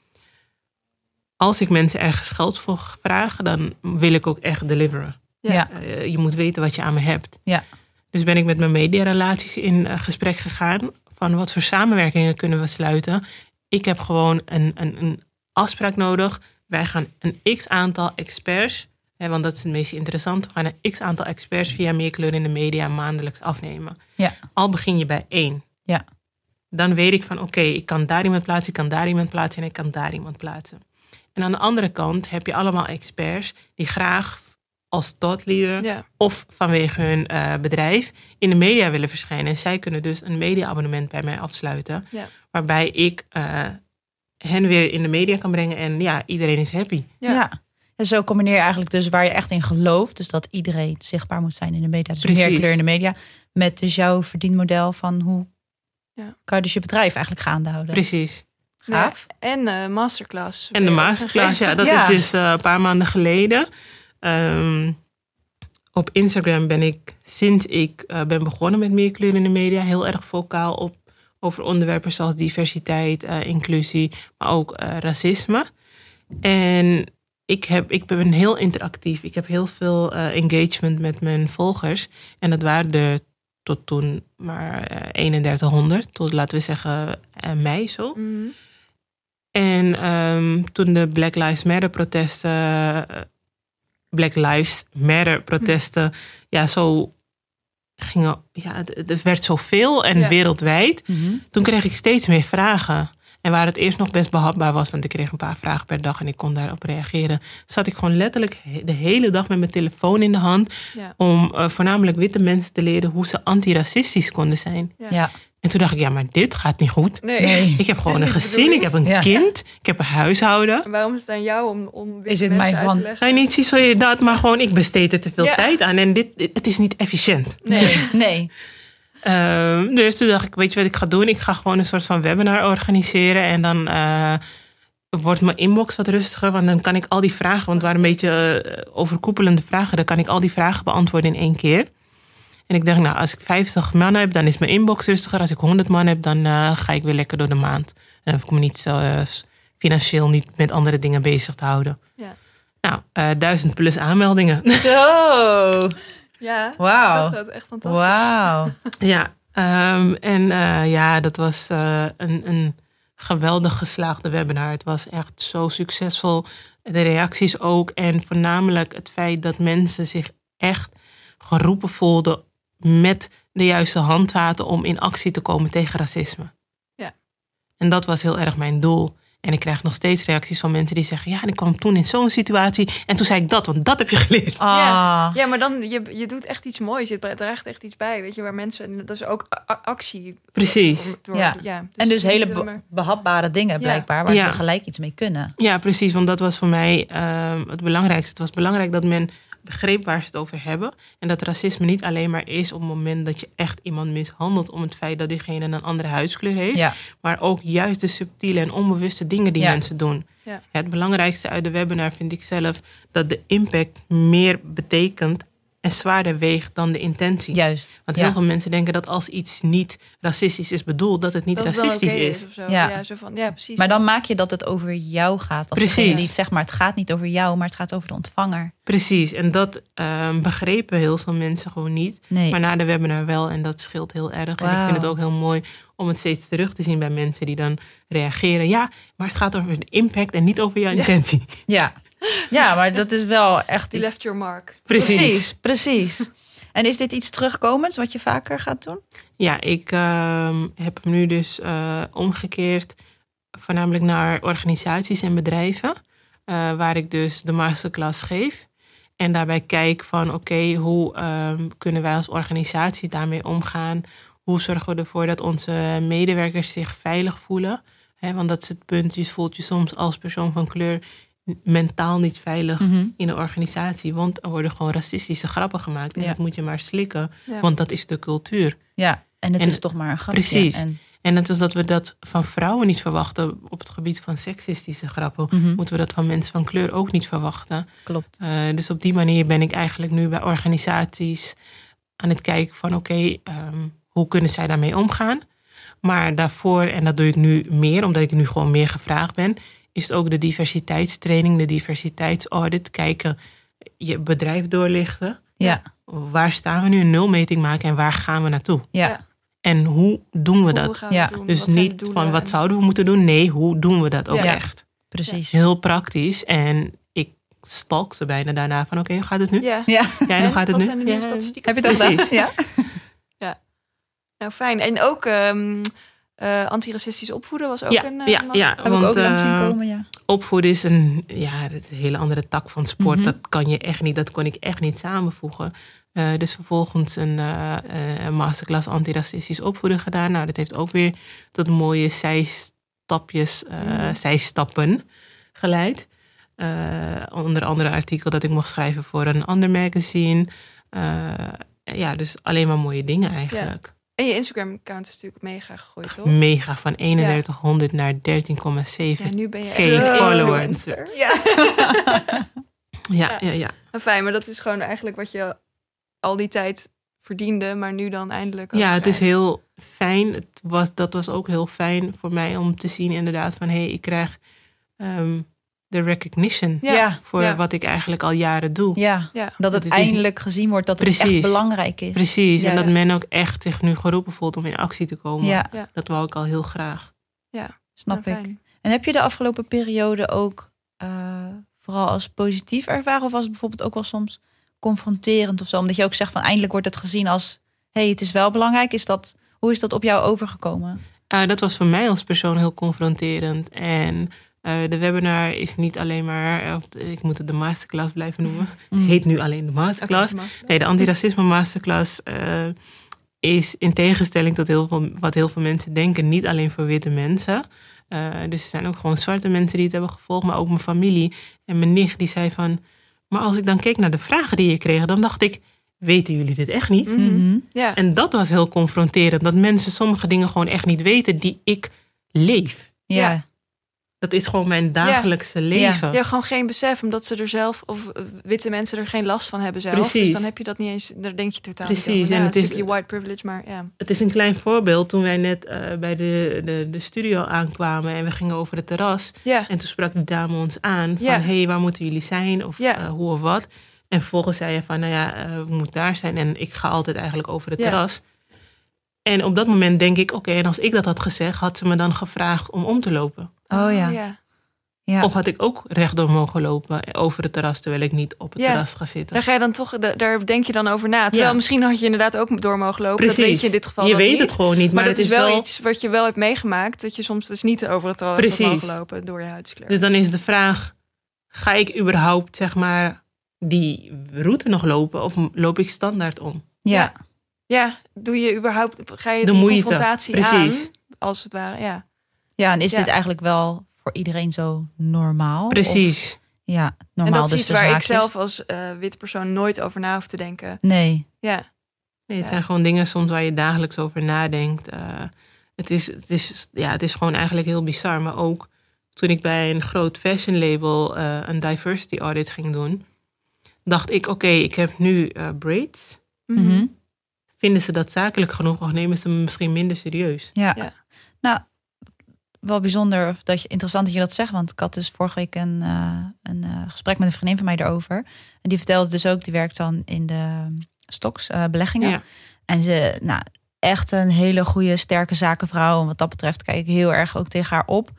Als ik mensen ergens geld voor vraag, dan wil ik ook echt deliveren. Ja. Je moet weten wat je aan me hebt. Ja. Dus ben ik met mijn mediarelaties in gesprek gegaan van wat voor samenwerkingen kunnen we sluiten. Ik heb gewoon een afspraak nodig. Wij gaan een x-aantal experts, want dat is het meest interessante. We gaan een x-aantal experts via Meer Kleur in de Media maandelijks afnemen. Ja. Al begin je bij 1. Ja. Dan weet ik van ik kan daar iemand plaatsen, ik kan daar iemand plaatsen en ik kan daar iemand plaatsen. En aan de andere kant heb je allemaal experts die graag als thought leader of vanwege hun bedrijf in de media willen verschijnen. En zij kunnen dus een media-abonnement bij mij afsluiten. Ja. Waarbij ik hen weer in de media kan brengen en iedereen is happy. Ja. En zo combineer je eigenlijk dus waar je echt in gelooft. Dus dat iedereen zichtbaar moet zijn in de media. Dus Precies. Meer kleur in de media. Met dus jouw verdienmodel van hoe kan je dus je bedrijf eigenlijk gaande houden. Precies. Gaaf. Ja, en masterclass. En de masterclass, dat is dus een paar maanden geleden. Op Instagram ben ik, sinds ik ben begonnen met Meer Kleur in de Media, heel erg vocaal over onderwerpen zoals diversiteit, inclusie, maar ook racisme. En ik ben heel interactief. Ik heb heel veel engagement met mijn volgers. En dat waren er tot toen maar 3100, tot laten we zeggen mei zo. Mm-hmm. En toen de Black Lives Matter protesten, zo gingen, het werd zoveel en wereldwijd. Mm-hmm. Toen kreeg ik steeds meer vragen. En waar het eerst nog best behapbaar was, want ik kreeg een paar vragen per dag en ik kon daarop reageren, zat ik gewoon letterlijk de hele dag met mijn telefoon in de hand om voornamelijk witte mensen te leren hoe ze antiracistisch konden zijn. Ja. En toen dacht ik, maar dit gaat niet goed. Nee. Ik heb gewoon een gezin, ik heb een kind, ik heb een huishouden. En waarom is het aan jou om is het mij uit te leggen? Nee, niet zoals je dat, maar gewoon ik besteed er te veel tijd aan. En het is niet efficiënt. Nee. Dus toen dacht ik, weet je wat ik ga doen? Ik ga gewoon een soort van webinar organiseren. En dan wordt mijn inbox wat rustiger. Want dan kan ik al die vragen, want het waren een beetje overkoepelende vragen. Dan kan ik al die vragen beantwoorden in 1 keer. En ik dacht, als ik 50 man heb, dan is mijn inbox rustiger. Als ik 100 man heb, dan ga ik weer lekker door de maand. En dan hoef ik me niet zo financieel niet met andere dingen bezig te houden. Ja. Nou, 1000+ aanmeldingen. Zo! Ja, wauw. dat echt fantastisch. Wauw. Ja, dat was een geweldig geslaagde webinar. Het was echt zo succesvol. De reacties ook. En voornamelijk het feit dat mensen zich echt geroepen voelden met de juiste handvaten om in actie te komen tegen racisme. Ja. En dat was heel erg mijn doel. En ik krijg nog steeds reacties van mensen die zeggen... ja, en ik kwam toen in zo'n situatie en toen zei ik dat, want dat heb je geleerd. Ja, maar dan, je doet echt iets moois. Je draagt echt iets bij, weet je, waar mensen... En dat is ook actie. Precies. En dus hele behapbare dingen blijkbaar, waar ze gelijk iets mee kunnen. Ja, precies, want dat was voor mij het belangrijkste. Het was belangrijk dat men begreep waar ze het over hebben. En dat racisme niet alleen maar is op het moment dat je echt iemand mishandelt... om het feit dat diegene een andere huidskleur heeft. Ja. Maar ook juist de subtiele en onbewuste dingen die mensen doen. Ja. Het belangrijkste uit de webinar vind ik zelf... dat de impact meer betekent en zwaarder weegt dan de intentie. Juist. Want heel veel mensen denken dat als iets niet racistisch is bedoeld... dat het niet dat racistisch is. Ja, precies. Maar dan maak je dat het over jou gaat. Als precies. Niet zeg maar, het gaat niet over jou, maar het gaat over de ontvanger. Precies, en dat begrepen heel veel mensen gewoon niet. Nee. Maar na de webinar wel, en dat scheelt heel erg. Wow. En ik vind het ook heel mooi om het steeds terug te zien bij mensen die dan reageren. Ja, maar het gaat over de impact en niet over jouw intentie. Ja, maar dat is wel echt You left your mark. Precies. En is dit iets terugkomends wat je vaker gaat doen? Ja, ik heb hem nu dus omgekeerd... voornamelijk naar organisaties en bedrijven... waar ik dus de masterclass geef. En daarbij kijk van oké, hoe kunnen wij als organisatie daarmee omgaan? Hoe zorgen we ervoor dat onze medewerkers zich veilig voelen? Want dat is het punt, je voelt je soms als persoon van kleur... mentaal niet veilig in een organisatie. Want er worden gewoon racistische grappen gemaakt. En dat moet je maar slikken. Ja. Want dat is de cultuur. Ja, en het is toch maar een grapje. Precies. En net als dat we dat van vrouwen niet verwachten... op het gebied van seksistische grappen... moeten we dat van mensen van kleur ook niet verwachten. Klopt. Dus op die manier ben ik eigenlijk nu bij organisaties... aan het kijken van oké, hoe kunnen zij daarmee omgaan? Maar daarvoor, en dat doe ik nu meer... omdat ik nu gewoon meer gevraagd ben... is het ook de diversiteitstraining, de diversiteitsaudit. Kijken, je bedrijf doorlichten. Ja. Waar staan we nu? Een nulmeting maken en waar gaan we naartoe? Ja. En hoe doen we dat? Dus wat niet van wat zouden we moeten doen? Nee, hoe doen we dat ook echt? Precies. Heel praktisch. En ik stalk ze bijna daarna van oké, hoe gaat het nu? Ja, hoe gaat het nu? Zijn de nieuwe statistieken? Heb je het al gedaan? Ja. Nou, fijn. En ook antiracistisch opvoeden was ook een heb ik ook langs zien komen, Opvoeden is een hele andere tak van sport. Dat kon ik echt niet samenvoegen. Dus vervolgens een masterclass antiracistisch opvoeden gedaan. Nou, dat heeft ook weer tot mooie zijstappen geleid. Onder andere artikel dat ik mocht schrijven voor een ander magazine. Dus alleen maar mooie dingen eigenlijk. Ja. En je Instagram-account is natuurlijk mega gegroeid, toch? Mega, van 3100 naar 13,7 nu ben je followers. Ja. Fijn, maar dat is gewoon eigenlijk wat je al die tijd verdiende, maar nu dan eindelijk ook het is heel fijn. Dat was ook heel fijn voor mij om te zien inderdaad van ik krijg de recognition voor wat ik eigenlijk al jaren doe. Ja. Dat het eindelijk gezien wordt dat het echt belangrijk is. Precies, en dat men ook echt zich nu geroepen voelt om in actie te komen. Ja. Dat wou ik al heel graag. Ja, snap ik. En heb je de afgelopen periode ook vooral als positief ervaren of was het bijvoorbeeld ook wel soms confronterend of zo? Omdat je ook zegt van eindelijk wordt het gezien als het is wel belangrijk. Hoe is dat op jou overgekomen? Dat was voor mij als persoon heel confronterend. En de webinar is niet alleen maar... ik moet het de masterclass blijven noemen. Het heet nu alleen de masterclass. Nee, de antiracisme masterclass is in tegenstelling tot wat heel veel mensen denken... niet alleen voor witte mensen. Dus er zijn ook gewoon zwarte mensen die het hebben gevolgd... maar ook mijn familie. En mijn nicht die zei van... maar als ik dan keek naar de vragen die je kreeg... dan dacht ik, weten jullie dit echt niet? Ja. En dat was heel confronterend. Dat mensen sommige dingen gewoon echt niet weten... die ik leef. Ja. Dat is gewoon mijn dagelijkse leven. Ja, gewoon geen besef, omdat ze er zelf, of witte mensen er geen last van hebben zelf. Precies. Dus dan heb je dat niet eens, daar denk je totaal niet over. En het is je white privilege, maar Het is een klein voorbeeld. Toen wij net bij de studio aankwamen en we gingen over het terras. Ja. En toen sprak de dame ons aan van, waar moeten jullie zijn? Of hoe of wat? En vervolgens zei je van, we moeten daar zijn. En ik ga altijd eigenlijk over het terras. En op dat moment denk ik, en als ik dat had gezegd, had ze me dan gevraagd om te lopen. Oh ja. Ja. Of had ik ook rechtdoor mogen lopen over het terras terwijl ik niet op het terras ga zitten? Daar ga je dan toch, daar denk je dan over na. Terwijl misschien had je inderdaad ook door mogen lopen. Precies. Dat weet je in dit geval je weet niet. het gewoon niet. Maar dat is wel iets wat je wel hebt meegemaakt. Dat je soms dus niet over het terras had mogen lopen door je huidskleur. Dus dan is de vraag, ga ik überhaupt zeg maar die route nog lopen? Of loop ik standaard om? Ja. Ja, doe je überhaupt, ga je de die moeite. confrontatie Precies. aan? Als het ware, ja. Ja, en is dit eigenlijk wel voor iedereen zo normaal? Precies. Of, ja, normaal En dat dus is iets de waar ik zaakjes. zelf als witte persoon nooit over na hoef te denken. Nee. Ja. Nee, het zijn gewoon dingen soms waar je dagelijks over nadenkt. Het is gewoon eigenlijk heel bizar. Maar ook toen ik bij een groot fashion label een diversity audit ging doen, dacht ik, oké, ik heb nu braids. Mhm. Vinden ze dat zakelijk genoeg of nemen ze me misschien minder serieus? Ja. Nou, wel bijzonder, interessant dat je dat zegt. Want ik had dus vorige week een gesprek met een vriendin van mij erover. En die vertelde dus ook, die werkt dan in de stocks, beleggingen. Ja. En ze, echt een hele goede, sterke zakenvrouw. En wat dat betreft kijk ik heel erg ook tegen haar op.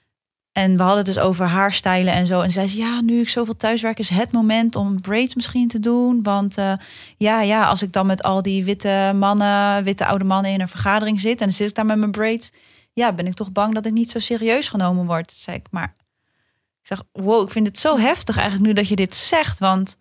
En we hadden het dus over haarstijlen en zo. En zei ze, ja, nu ik zoveel thuiswerk is het moment om braids misschien te doen. Want als ik dan met al die witte oude mannen in een vergadering zit en dan zit ik daar met mijn braids, ja, ben ik toch bang dat ik niet zo serieus genomen word. Zei ik, maar ik zeg, wow, ik vind het zo heftig eigenlijk nu dat je dit zegt, want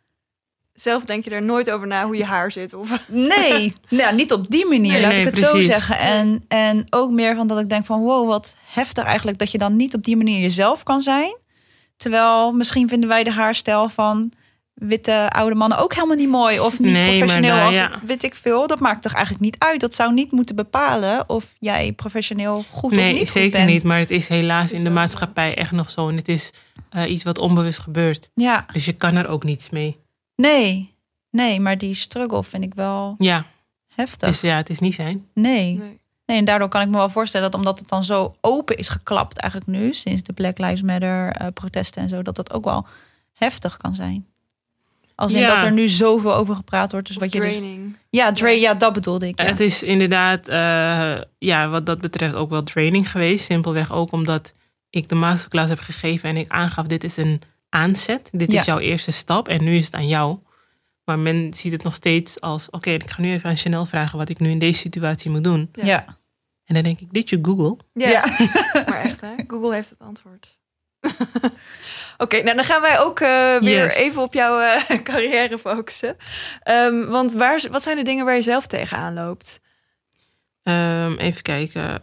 Zelf denk je er nooit over na hoe je haar zit. Of... nee, niet op die manier, laat ik het precies. zo zeggen. En ook meer van dat ik denk van, wow, wat heftig eigenlijk dat je dan niet op die manier jezelf kan zijn. Terwijl misschien vinden wij de haarstijl van witte oude mannen ook helemaal niet mooi of niet professioneel als weet ik veel. Dat maakt toch eigenlijk niet uit. Dat zou niet moeten bepalen of jij professioneel goed of niet goed bent. Nee, zeker niet. Maar het is helaas in de maatschappij echt nog zo. En het is iets wat onbewust gebeurt. Ja. Dus je kan er ook niets mee. Nee, maar die struggle vind ik wel heftig. Dus het is niet fijn. Nee, en daardoor kan ik me wel voorstellen dat omdat het dan zo open is geklapt eigenlijk nu, sinds de Black Lives Matter protesten en zo, dat dat ook wel heftig kan zijn. Als in dat er nu zoveel over gepraat wordt. Dus wat draining. Ja, dat bedoelde ik. Ja. Het is inderdaad, wat dat betreft ook wel draining geweest. Simpelweg ook omdat ik de masterclass heb gegeven en ik aangaf, dit is een aanzet. Dit is jouw eerste stap en nu is het aan jou. Maar men ziet het nog steeds als, oké, ik ga nu even aan Chanel vragen wat ik nu in deze situatie moet doen. Ja. En dan denk ik, did you Google? Ja. Maar echt hè, Google heeft het antwoord. Oké, nou dan gaan wij ook weer even op jouw carrière focussen. Want wat zijn de dingen waar je zelf tegenaan loopt? Even kijken.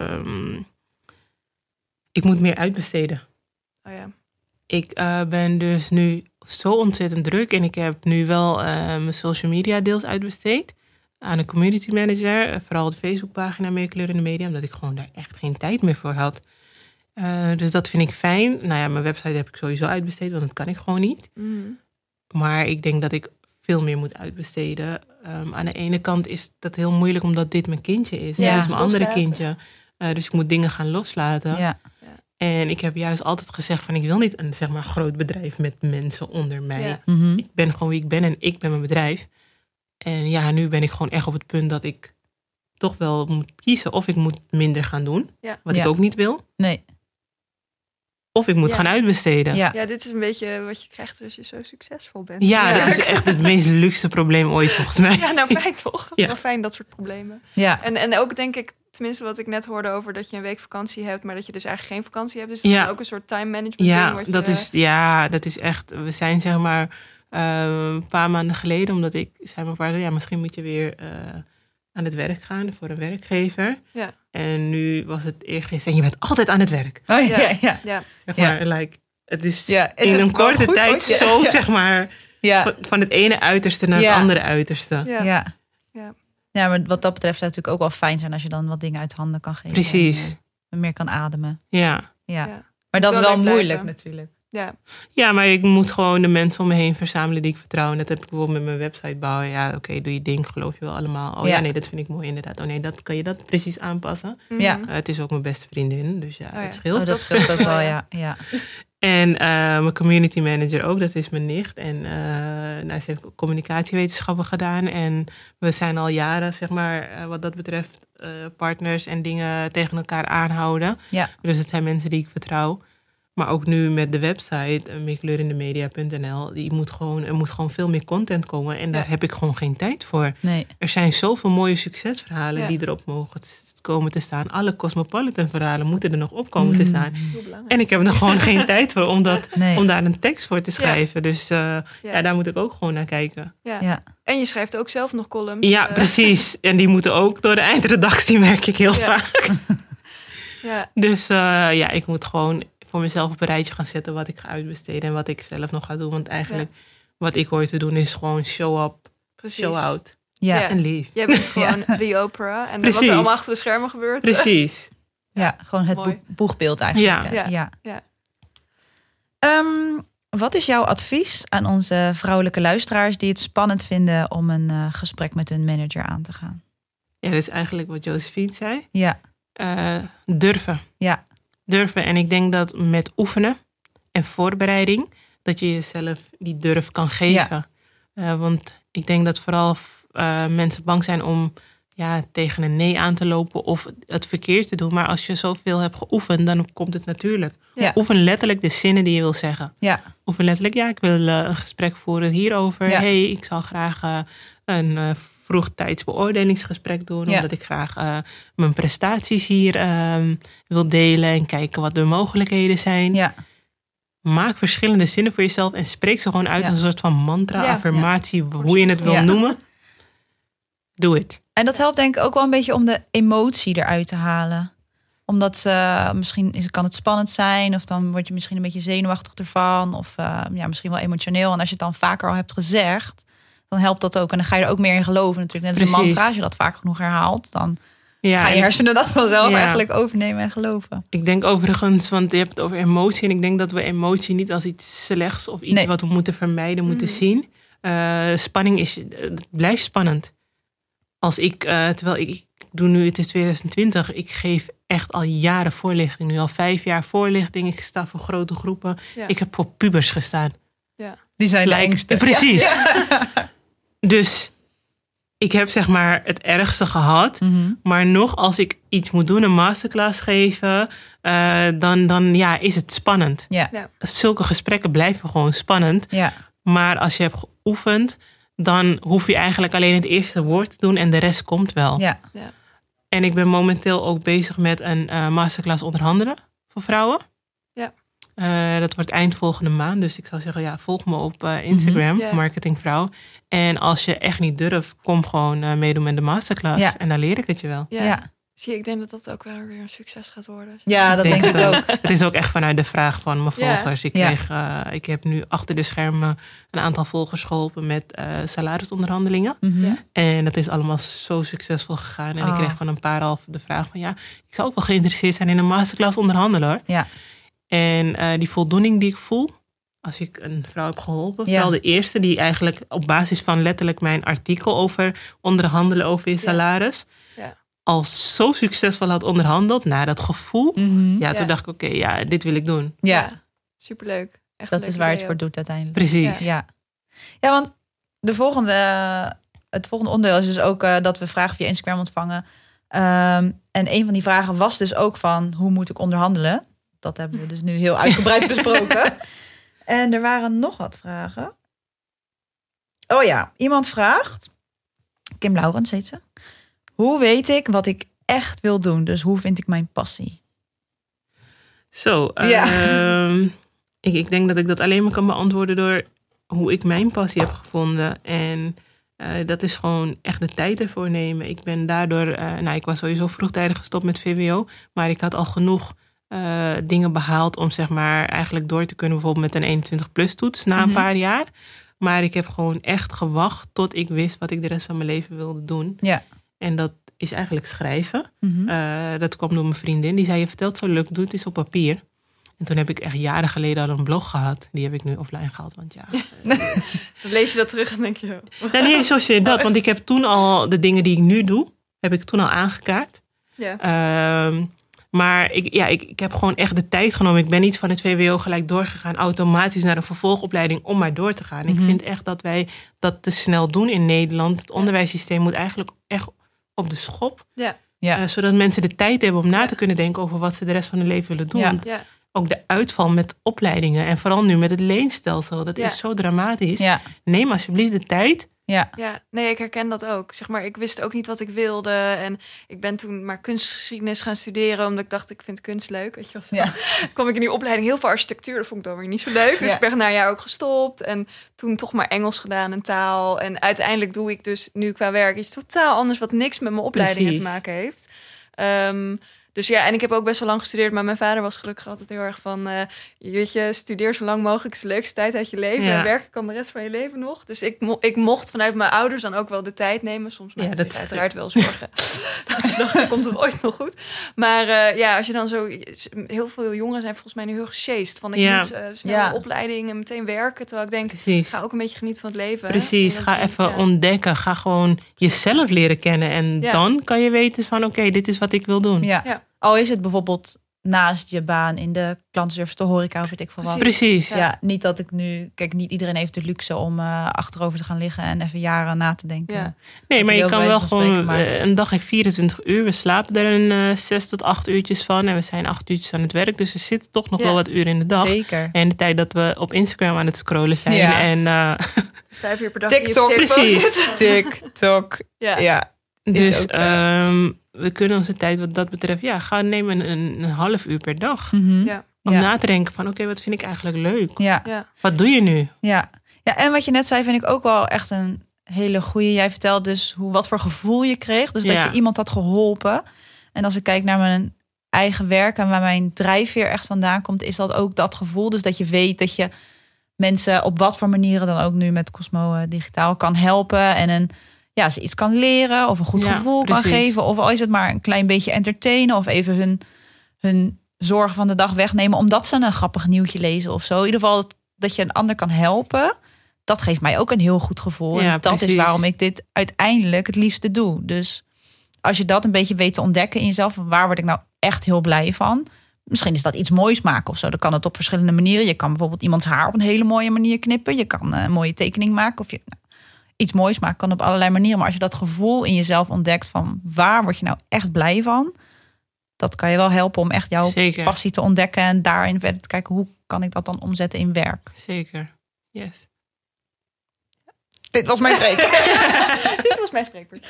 Ik moet meer uitbesteden. Oh ja. Ik ben dus nu zo ontzettend druk. En ik heb nu wel mijn social media deels uitbesteed. Aan een community manager. Vooral de Facebookpagina Meer Kleur in de Media. Omdat ik gewoon daar echt geen tijd meer voor had. Dus dat vind ik fijn. Nou ja, mijn website heb ik sowieso uitbesteed. Want dat kan ik gewoon niet. Mm. Maar ik denk dat ik veel meer moet uitbesteden. Aan de ene kant is dat heel moeilijk. Omdat dit mijn kindje is. Ja. Dit is mijn andere kindje. Dus ik moet dingen gaan loslaten. Ja. En ik heb juist altijd gezegd van ik wil niet een zeg maar groot bedrijf met mensen onder mij. Ja. Mm-hmm. Ik ben gewoon wie ik ben en ik ben mijn bedrijf. En ja, nu ben ik gewoon echt op het punt dat ik toch wel moet kiezen of ik moet minder gaan doen. Ja. Wat ik ook niet wil. Nee. Of ik moet gaan uitbesteden. Ja. Ja, dit is een beetje wat je krijgt als je zo succesvol bent. Ja, dat is echt het meest luxe probleem ooit volgens mij. Ja, nou fijn toch? Ja. Wel fijn dat soort problemen. Ja. En ook denk ik, tenminste wat ik net hoorde over dat je een week vakantie hebt, maar dat je dus eigenlijk geen vakantie hebt. Dus dat is ook een soort time management ding. Dat is echt. We zijn zeg maar een paar maanden geleden, omdat ik zei mijn partner, misschien moet je weer aan het werk gaan voor een werkgever. Ja. En nu was het eergisteren en je bent altijd aan het werk. Oh, ja. Zeg maar, het is is in het een wel korte goed, tijd ooit? Ja. zo, Ja. zeg maar, Ja. van het ene uiterste naar het andere uiterste. Ja, maar wat dat betreft zou het natuurlijk ook wel fijn zijn als je dan wat dingen uit handen kan geven. Precies. En meer kan ademen. Ja. Maar dat is wel leuk moeilijk blijven. natuurlijk. Ja, maar ik moet gewoon de mensen om me heen verzamelen die ik vertrouw. En dat heb ik bijvoorbeeld met mijn website bouwen. Ja, oké, doe je ding, geloof je wel allemaal. Oh ja, nee, dat vind ik mooi inderdaad. Oh nee, kan je dat precies aanpassen. Ja. Het is ook mijn beste vriendin, dus het scheelt. Oh, dat scheelt ook wel, ja. En mijn community manager ook, dat is mijn nicht. En ze heeft communicatiewetenschappen gedaan. En we zijn al jaren, zeg maar, wat dat betreft, partners en dingen tegen elkaar aanhouden. Ja. Dus het zijn mensen die ik vertrouw. Maar ook nu met de website, meerkleurindemedia.nl, er moet gewoon veel meer content komen. En daar heb ik gewoon geen tijd voor. Nee. Er zijn zoveel mooie succesverhalen die erop mogen komen te staan. Alle Cosmopolitan verhalen moeten er nog op komen te staan. En ik heb er gewoon geen tijd voor om daar een tekst voor te schrijven. Dus daar moet ik ook gewoon naar kijken. Ja. En je schrijft ook zelf nog columns. Ja, precies. En die moeten ook door de eindredactie, merk ik heel vaak. Ja. Dus ik moet gewoon voor mezelf op een rijtje gaan zetten wat ik ga uitbesteden en wat ik zelf nog ga doen. Want eigenlijk wat ik hoor te doen is gewoon show up, show out en leave. Jij bent gewoon the Oprah en wat er allemaal achter de schermen gebeurt. Precies. Ja, gewoon het boegbeeld eigenlijk. Ja. Wat is jouw advies aan onze vrouwelijke luisteraars die het spannend vinden om een gesprek met hun manager aan te gaan? Ja, dat is eigenlijk wat Josephine zei. Ja. Durven. Ja. Durven. En ik denk dat met oefenen en voorbereiding dat je jezelf die durf kan geven. Want ik denk dat vooral mensen bang zijn om tegen een nee aan te lopen of het verkeerd te doen. Maar als je zoveel hebt geoefend, dan komt het natuurlijk. Ja. Oefen letterlijk de zinnen die je wil zeggen. Ja. Oefen letterlijk, ik wil een gesprek voeren hierover. Ja. Hey, ik zal graag een vroegtijds beoordelingsgesprek doen. Omdat ik graag mijn prestaties hier wil delen en kijken wat de mogelijkheden zijn. Ja. Maak verschillende zinnen voor jezelf en spreek ze gewoon uit als een soort van mantra, affirmatie, hoe je het wil noemen. Doe het. En dat helpt denk ik ook wel een beetje om de emotie eruit te halen. Omdat misschien kan het spannend zijn of dan word je misschien een beetje zenuwachtig ervan. Of misschien wel emotioneel. En als je het dan vaker al hebt gezegd, dan helpt dat ook. En dan ga je er ook meer in geloven natuurlijk. Net als een mantra, als je dat vaak genoeg herhaalt, dan ga je hersenen dat vanzelf eigenlijk overnemen en geloven. Ik denk overigens, want je hebt het over emotie. En ik denk dat we emotie niet als iets slechts of iets wat we moeten vermijden moeten zien. Spanning het blijft spannend. Als terwijl ik doe nu, het is 2020, ik geef echt al jaren voorlichting. Nu al 5 jaar voorlichting. Ik sta voor grote groepen. Ja. Ik heb voor pubers gestaan. Ja. Die zijn de engste. Precies. Ja. Dus ik heb zeg maar het ergste gehad. Mm-hmm. Maar nog als ik iets moet doen, een masterclass geven, dan is het spannend. Ja. Ja. Zulke gesprekken blijven gewoon spannend. Ja. Maar als je hebt geoefend, dan hoef je eigenlijk alleen het eerste woord te doen en de rest komt wel. Ja. Ja. En ik ben momenteel ook bezig met een masterclass onderhandelen voor vrouwen. Ja. Dat wordt eind volgende maand. Dus ik zou zeggen, volg me op Instagram, marketingvrouw. En als je echt niet durft, kom gewoon meedoen met de masterclass. Ja. En dan leer ik het je wel. Ja. Zie je, ik denk dat dat ook wel weer een succes gaat worden. Ja, dat denk ik ook. Het is ook echt vanuit de vraag van mijn volgers. Ik heb nu achter de schermen een aantal volgers geholpen met salarisonderhandelingen. Mm-hmm. En dat is allemaal zo succesvol gegaan. En ik kreeg van een paar al de vraag van ik zou ook wel geïnteresseerd zijn in een masterclass onderhandelen hoor. Ja. En die voldoening die ik voel als ik een vrouw heb geholpen. Vooral de eerste die eigenlijk op basis van letterlijk mijn artikel over onderhandelen over je salaris. Ja. Al zo succesvol had onderhandeld, dat gevoel. Mm-hmm. Toen dacht ik, dit wil ik doen. Ja. Superleuk. Echt dat is waar je het voor doet uiteindelijk. Precies. Ja, want het volgende onderdeel is dus ook dat we vragen via Instagram ontvangen. En een van die vragen was dus ook van, hoe moet ik onderhandelen? Dat hebben we dus nu heel uitgebreid besproken. En er waren nog wat vragen. Oh ja, iemand vraagt, Kim Laurens heet ze. Hoe weet ik wat ik echt wil doen? Dus hoe vind ik mijn passie? Ik denk dat ik dat alleen maar kan beantwoorden door hoe ik mijn passie heb gevonden. En dat is gewoon echt de tijd ervoor nemen. Ik ben daardoor, ik was sowieso vroegtijdig gestopt met VWO. Maar ik had al genoeg dingen behaald om zeg maar eigenlijk door te kunnen. Bijvoorbeeld met een 21+ toets na een paar jaar. Maar ik heb gewoon echt gewacht tot ik wist wat ik de rest van mijn leven wilde doen. Ja. En dat is eigenlijk schrijven. Mm-hmm. Dat kwam door mijn vriendin. Die zei, je vertelt zo leuk, doe het eens op papier. En toen heb ik echt jaren geleden al een blog gehad. Die heb ik nu offline gehaald. Want Dan lees je dat terug en denk je... Nee, zoals je dat. Want ik heb toen al de dingen die ik nu doe, heb ik toen al aangekaart. Ja. Maar ik heb gewoon echt de tijd genomen. Ik ben niet van het VWO gelijk doorgegaan, automatisch naar een vervolgopleiding om maar door te gaan. Mm-hmm. Ik vind echt dat wij dat te snel doen in Nederland. Het onderwijssysteem moet eigenlijk echt op de schop. Ja. Zodat mensen de tijd hebben om na te kunnen denken over wat ze de rest van hun leven willen doen. Ja. Ja. ook de uitval met opleidingen. En vooral nu met het leenstelsel. Dat is zo dramatisch. Ja. Neem alsjeblieft de tijd. Ja. Ja, nee, ik herken dat ook. Zeg maar, ik wist ook niet wat ik wilde. En ik ben toen maar kunstgeschiedenis gaan studeren, omdat ik dacht, ik vind kunst leuk. Weet je wel. Ja. Kwam ik in die opleiding heel veel architectuur. Dat vond ik dan weer niet zo leuk. Dus ik ben na een jaar ook gestopt. En toen toch maar Engels gedaan en taal. En uiteindelijk doe ik dus nu qua werk iets totaal anders, wat niks met mijn opleidingen te maken heeft. Dus ja, en ik heb ook best wel lang gestudeerd, maar mijn vader was gelukkig altijd heel erg van, weet je, studeer zo lang mogelijk, is de leukste tijd uit je leven. En werken kan de rest van je leven nog. Dus ik mocht vanuit mijn ouders dan ook wel de tijd nemen. Soms maken ze uiteraard wel zorgen. Dat ze dachten, komt het ooit nog goed? Maar als je dan zo, heel veel jongeren zijn volgens mij nu heel gesjeest. Van ik moet snel een opleiding en meteen werken. Terwijl ik denk, ga ook een beetje genieten van het leven. Precies, ga even ontdekken. Ga gewoon jezelf leren kennen. En dan kan je weten van, oké, dit is wat ik wil doen. Ja. Al is het bijvoorbeeld naast je baan in de klantenservice, de horeca of weet ik veel wat. Precies. Ja, niet dat ik nu... Kijk, niet iedereen heeft de luxe om achterover te gaan liggen en even jaren na te denken. Ja. Nee, maar je kan wel gewoon... Een dag heeft 24 uur. We slapen er een 6 tot 8 uurtjes van. En we zijn 8 uurtjes aan het werk. Dus er zitten toch nog wel wat uren in de dag. Zeker. En de tijd dat we op Instagram aan het scrollen zijn. Ja. En 5 uur per dag. TikTok. Precies. TikTok. Ja. Dus we kunnen onze tijd wat dat betreft... ga nemen een half uur per dag. Mm-hmm. Om na te denken van... Oké, wat vind ik eigenlijk leuk? Ja. Wat doe je nu? Ja, en wat je net zei vind ik ook wel echt een hele goeie. Jij vertelt dus wat voor gevoel je kreeg. Dus dat je iemand had geholpen. En als ik kijk naar mijn eigen werk... en waar mijn drijfveer echt vandaan komt... is dat ook dat gevoel. Dus dat je weet dat je mensen op wat voor manieren... dan ook nu met Cosmo Digitaal kan helpen... en ze iets kan leren of een goed gevoel kan geven. Of al is het maar een klein beetje entertainen. Of even hun zorgen van de dag wegnemen. Omdat ze een grappig nieuwtje lezen of zo. In ieder geval dat je een ander kan helpen. Dat geeft mij ook een heel goed gevoel. Ja, en dat is waarom ik dit uiteindelijk het liefste doe. Dus als je dat een beetje weet te ontdekken in jezelf. Waar word ik nou echt heel blij van? Misschien is dat iets moois maken of zo. Dan kan het op verschillende manieren. Je kan bijvoorbeeld iemands haar op een hele mooie manier knippen. Je kan een mooie tekening maken. Of iets moois maken kan op allerlei manieren. Maar als je dat gevoel in jezelf ontdekt van waar word je nou echt blij van, dat kan je wel helpen om echt jouw passie te ontdekken en daarin verder te kijken hoe kan ik dat dan omzetten in werk. Zeker, yes. Dit was mijn spreek. Dit was mijn spreekwoord.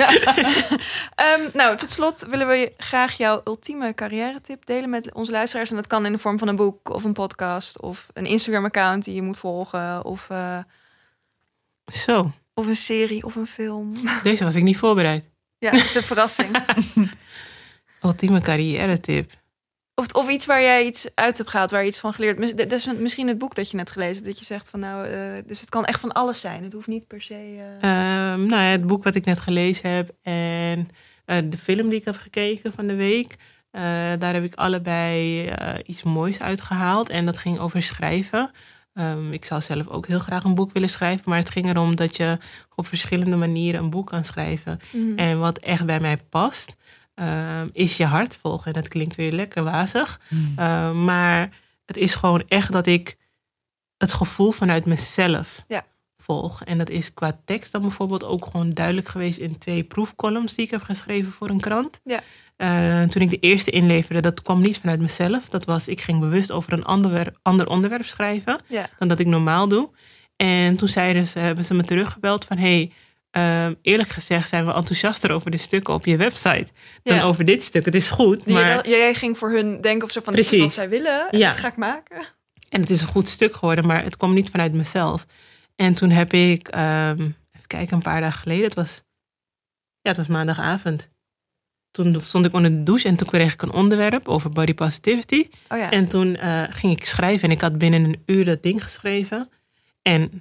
Nou, tot slot willen we graag jouw ultieme carrière tip delen met onze luisteraars. En dat kan in de vorm van een boek of een podcast of een Instagram-account die je moet volgen of of een serie of een film. Deze was ik niet voorbereid. Ja, het is een verrassing. Ultieme carrière tip. Of iets waar jij iets uit hebt gehaald, waar je iets van geleerd. Dat is misschien het boek dat je net gelezen hebt. Dat je zegt van dus het kan echt van alles zijn. Het hoeft niet per se... het boek wat ik net gelezen heb en de film die ik heb gekeken van de week. Daar heb ik allebei iets moois uitgehaald. En dat ging over schrijven. Ik zou zelf ook heel graag een boek willen schrijven. Maar het ging erom dat je op verschillende manieren een boek kan schrijven. Mm. En wat echt bij mij past, is je hart volgen. En dat klinkt weer lekker wazig. Maar het is gewoon echt dat ik het gevoel vanuit mezelf volg. En dat is qua tekst dan bijvoorbeeld ook gewoon duidelijk geweest in 2 proefcolumns die ik heb geschreven voor een krant. Ja. Toen ik de eerste inleverde, dat kwam niet vanuit mezelf. Dat was, ik ging bewust over een ander onderwerp schrijven dan dat ik normaal doe. En toen hebben ze me teruggebeld van eerlijk gezegd zijn we enthousiaster over de stukken op je website dan over dit stuk. Het is goed, maar... Jij ging voor hun denken of zo van, dit is wat zij willen en dat ga ik maken. En het is een goed stuk geworden, maar het kwam niet vanuit mezelf. En toen heb ik, even kijken, een paar dagen geleden, het was maandagavond. Toen stond ik onder de douche en toen kreeg ik een onderwerp over body positivity. Oh ja. En toen ging ik schrijven en ik had binnen een uur dat ding geschreven. En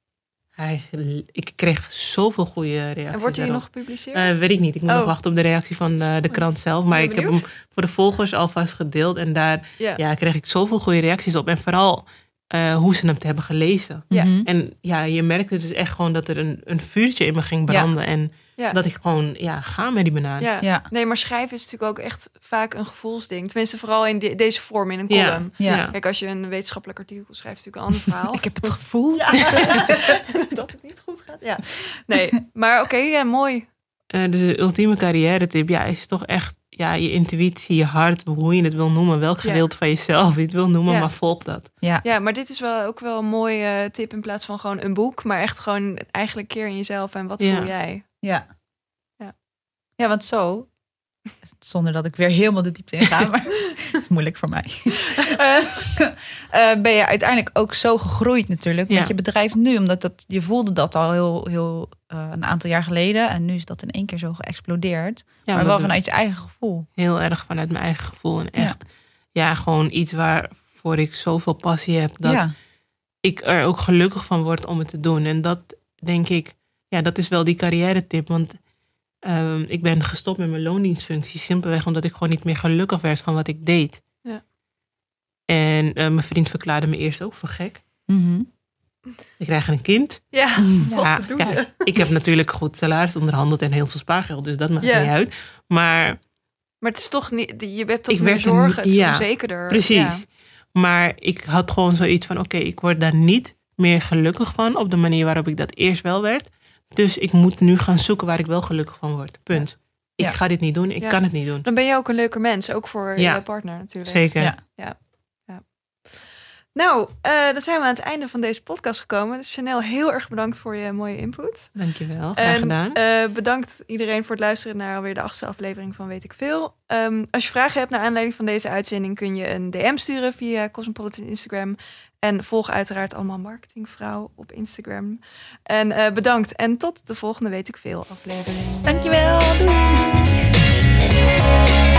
ik kreeg zoveel goede reacties. En wordt hij nog gepubliceerd? Weet ik niet. Ik moet nog wachten op de reactie van de krant zelf. Maar ik heb hem voor de volgers alvast gedeeld. En daar kreeg ik zoveel goede reacties op. En vooral hoe ze het hebben gelezen. Ja. En je merkte dus echt gewoon dat er een vuurtje in me ging branden. Ja. En dat ik gewoon ga met die banaan. Ja. Nee, maar schrijven is natuurlijk ook echt vaak een gevoelsding. Tenminste, vooral in deze vorm, in een column. Ja. Kijk, als je een wetenschappelijk artikel schrijft, is het natuurlijk een ander verhaal. Ik heb het gevoel dat het niet goed gaat. Ja. Nee, maar oké, mooi. De ultieme carrière tip is toch echt je intuïtie, je hart, hoe je het wil noemen, welk gedeelte van jezelf je het wil noemen, maar volg dat. Ja, maar dit is ook wel een mooie tip in plaats van gewoon een boek, maar echt gewoon eigenlijk keer in jezelf en wat voel jij? Ja, want zo, zonder dat ik weer helemaal de diepte in ga, maar het is moeilijk voor mij. Ben je uiteindelijk ook zo gegroeid natuurlijk met je bedrijf nu, omdat je voelde dat al heel een aantal jaar geleden en nu is dat in één keer zo geëxplodeerd. Ja, maar wel vanuit je eigen gevoel. Heel erg vanuit mijn eigen gevoel en echt gewoon iets waarvoor ik zoveel passie heb dat ik er ook gelukkig van word om het te doen. En dat denk ik, dat is wel die carrière tip, want ik ben gestopt met mijn loondienstfunctie simpelweg omdat ik gewoon niet meer gelukkig werd van wat ik deed. Ja. En mijn vriend verklaarde me eerst ook voor gek. Mm-hmm. Ik krijg een kind. Ja, kijk, ik heb natuurlijk goed salaris onderhandeld en heel veel spaargeld, dus dat maakt niet uit. Maar het is toch niet, je hebt toch meer zorgen, het is onzekerder. Precies. Ja. Maar ik had gewoon zoiets van, oké, ik word daar niet meer gelukkig van op de manier waarop ik dat eerst wel werd. Dus ik moet nu gaan zoeken waar ik wel gelukkig van word. Punt. Ik ga dit niet doen, ik kan het niet doen. Dan ben je ook een leuker mens, ook voor je partner natuurlijk. Zeker. Ja. Nou, dan zijn we aan het einde van deze podcast gekomen. Dus Chanel, heel erg bedankt voor je mooie input. Dankjewel, graag gedaan. Bedankt iedereen voor het luisteren naar alweer de 8e aflevering van Weet ik Veel. Als je vragen hebt naar aanleiding van deze uitzending kun je een DM sturen via Cosmopolitan Instagram. En volg uiteraard allemaal Marketingvrouw op Instagram. En bedankt en tot de volgende Weet ik Veel aflevering. Dankjewel, doei!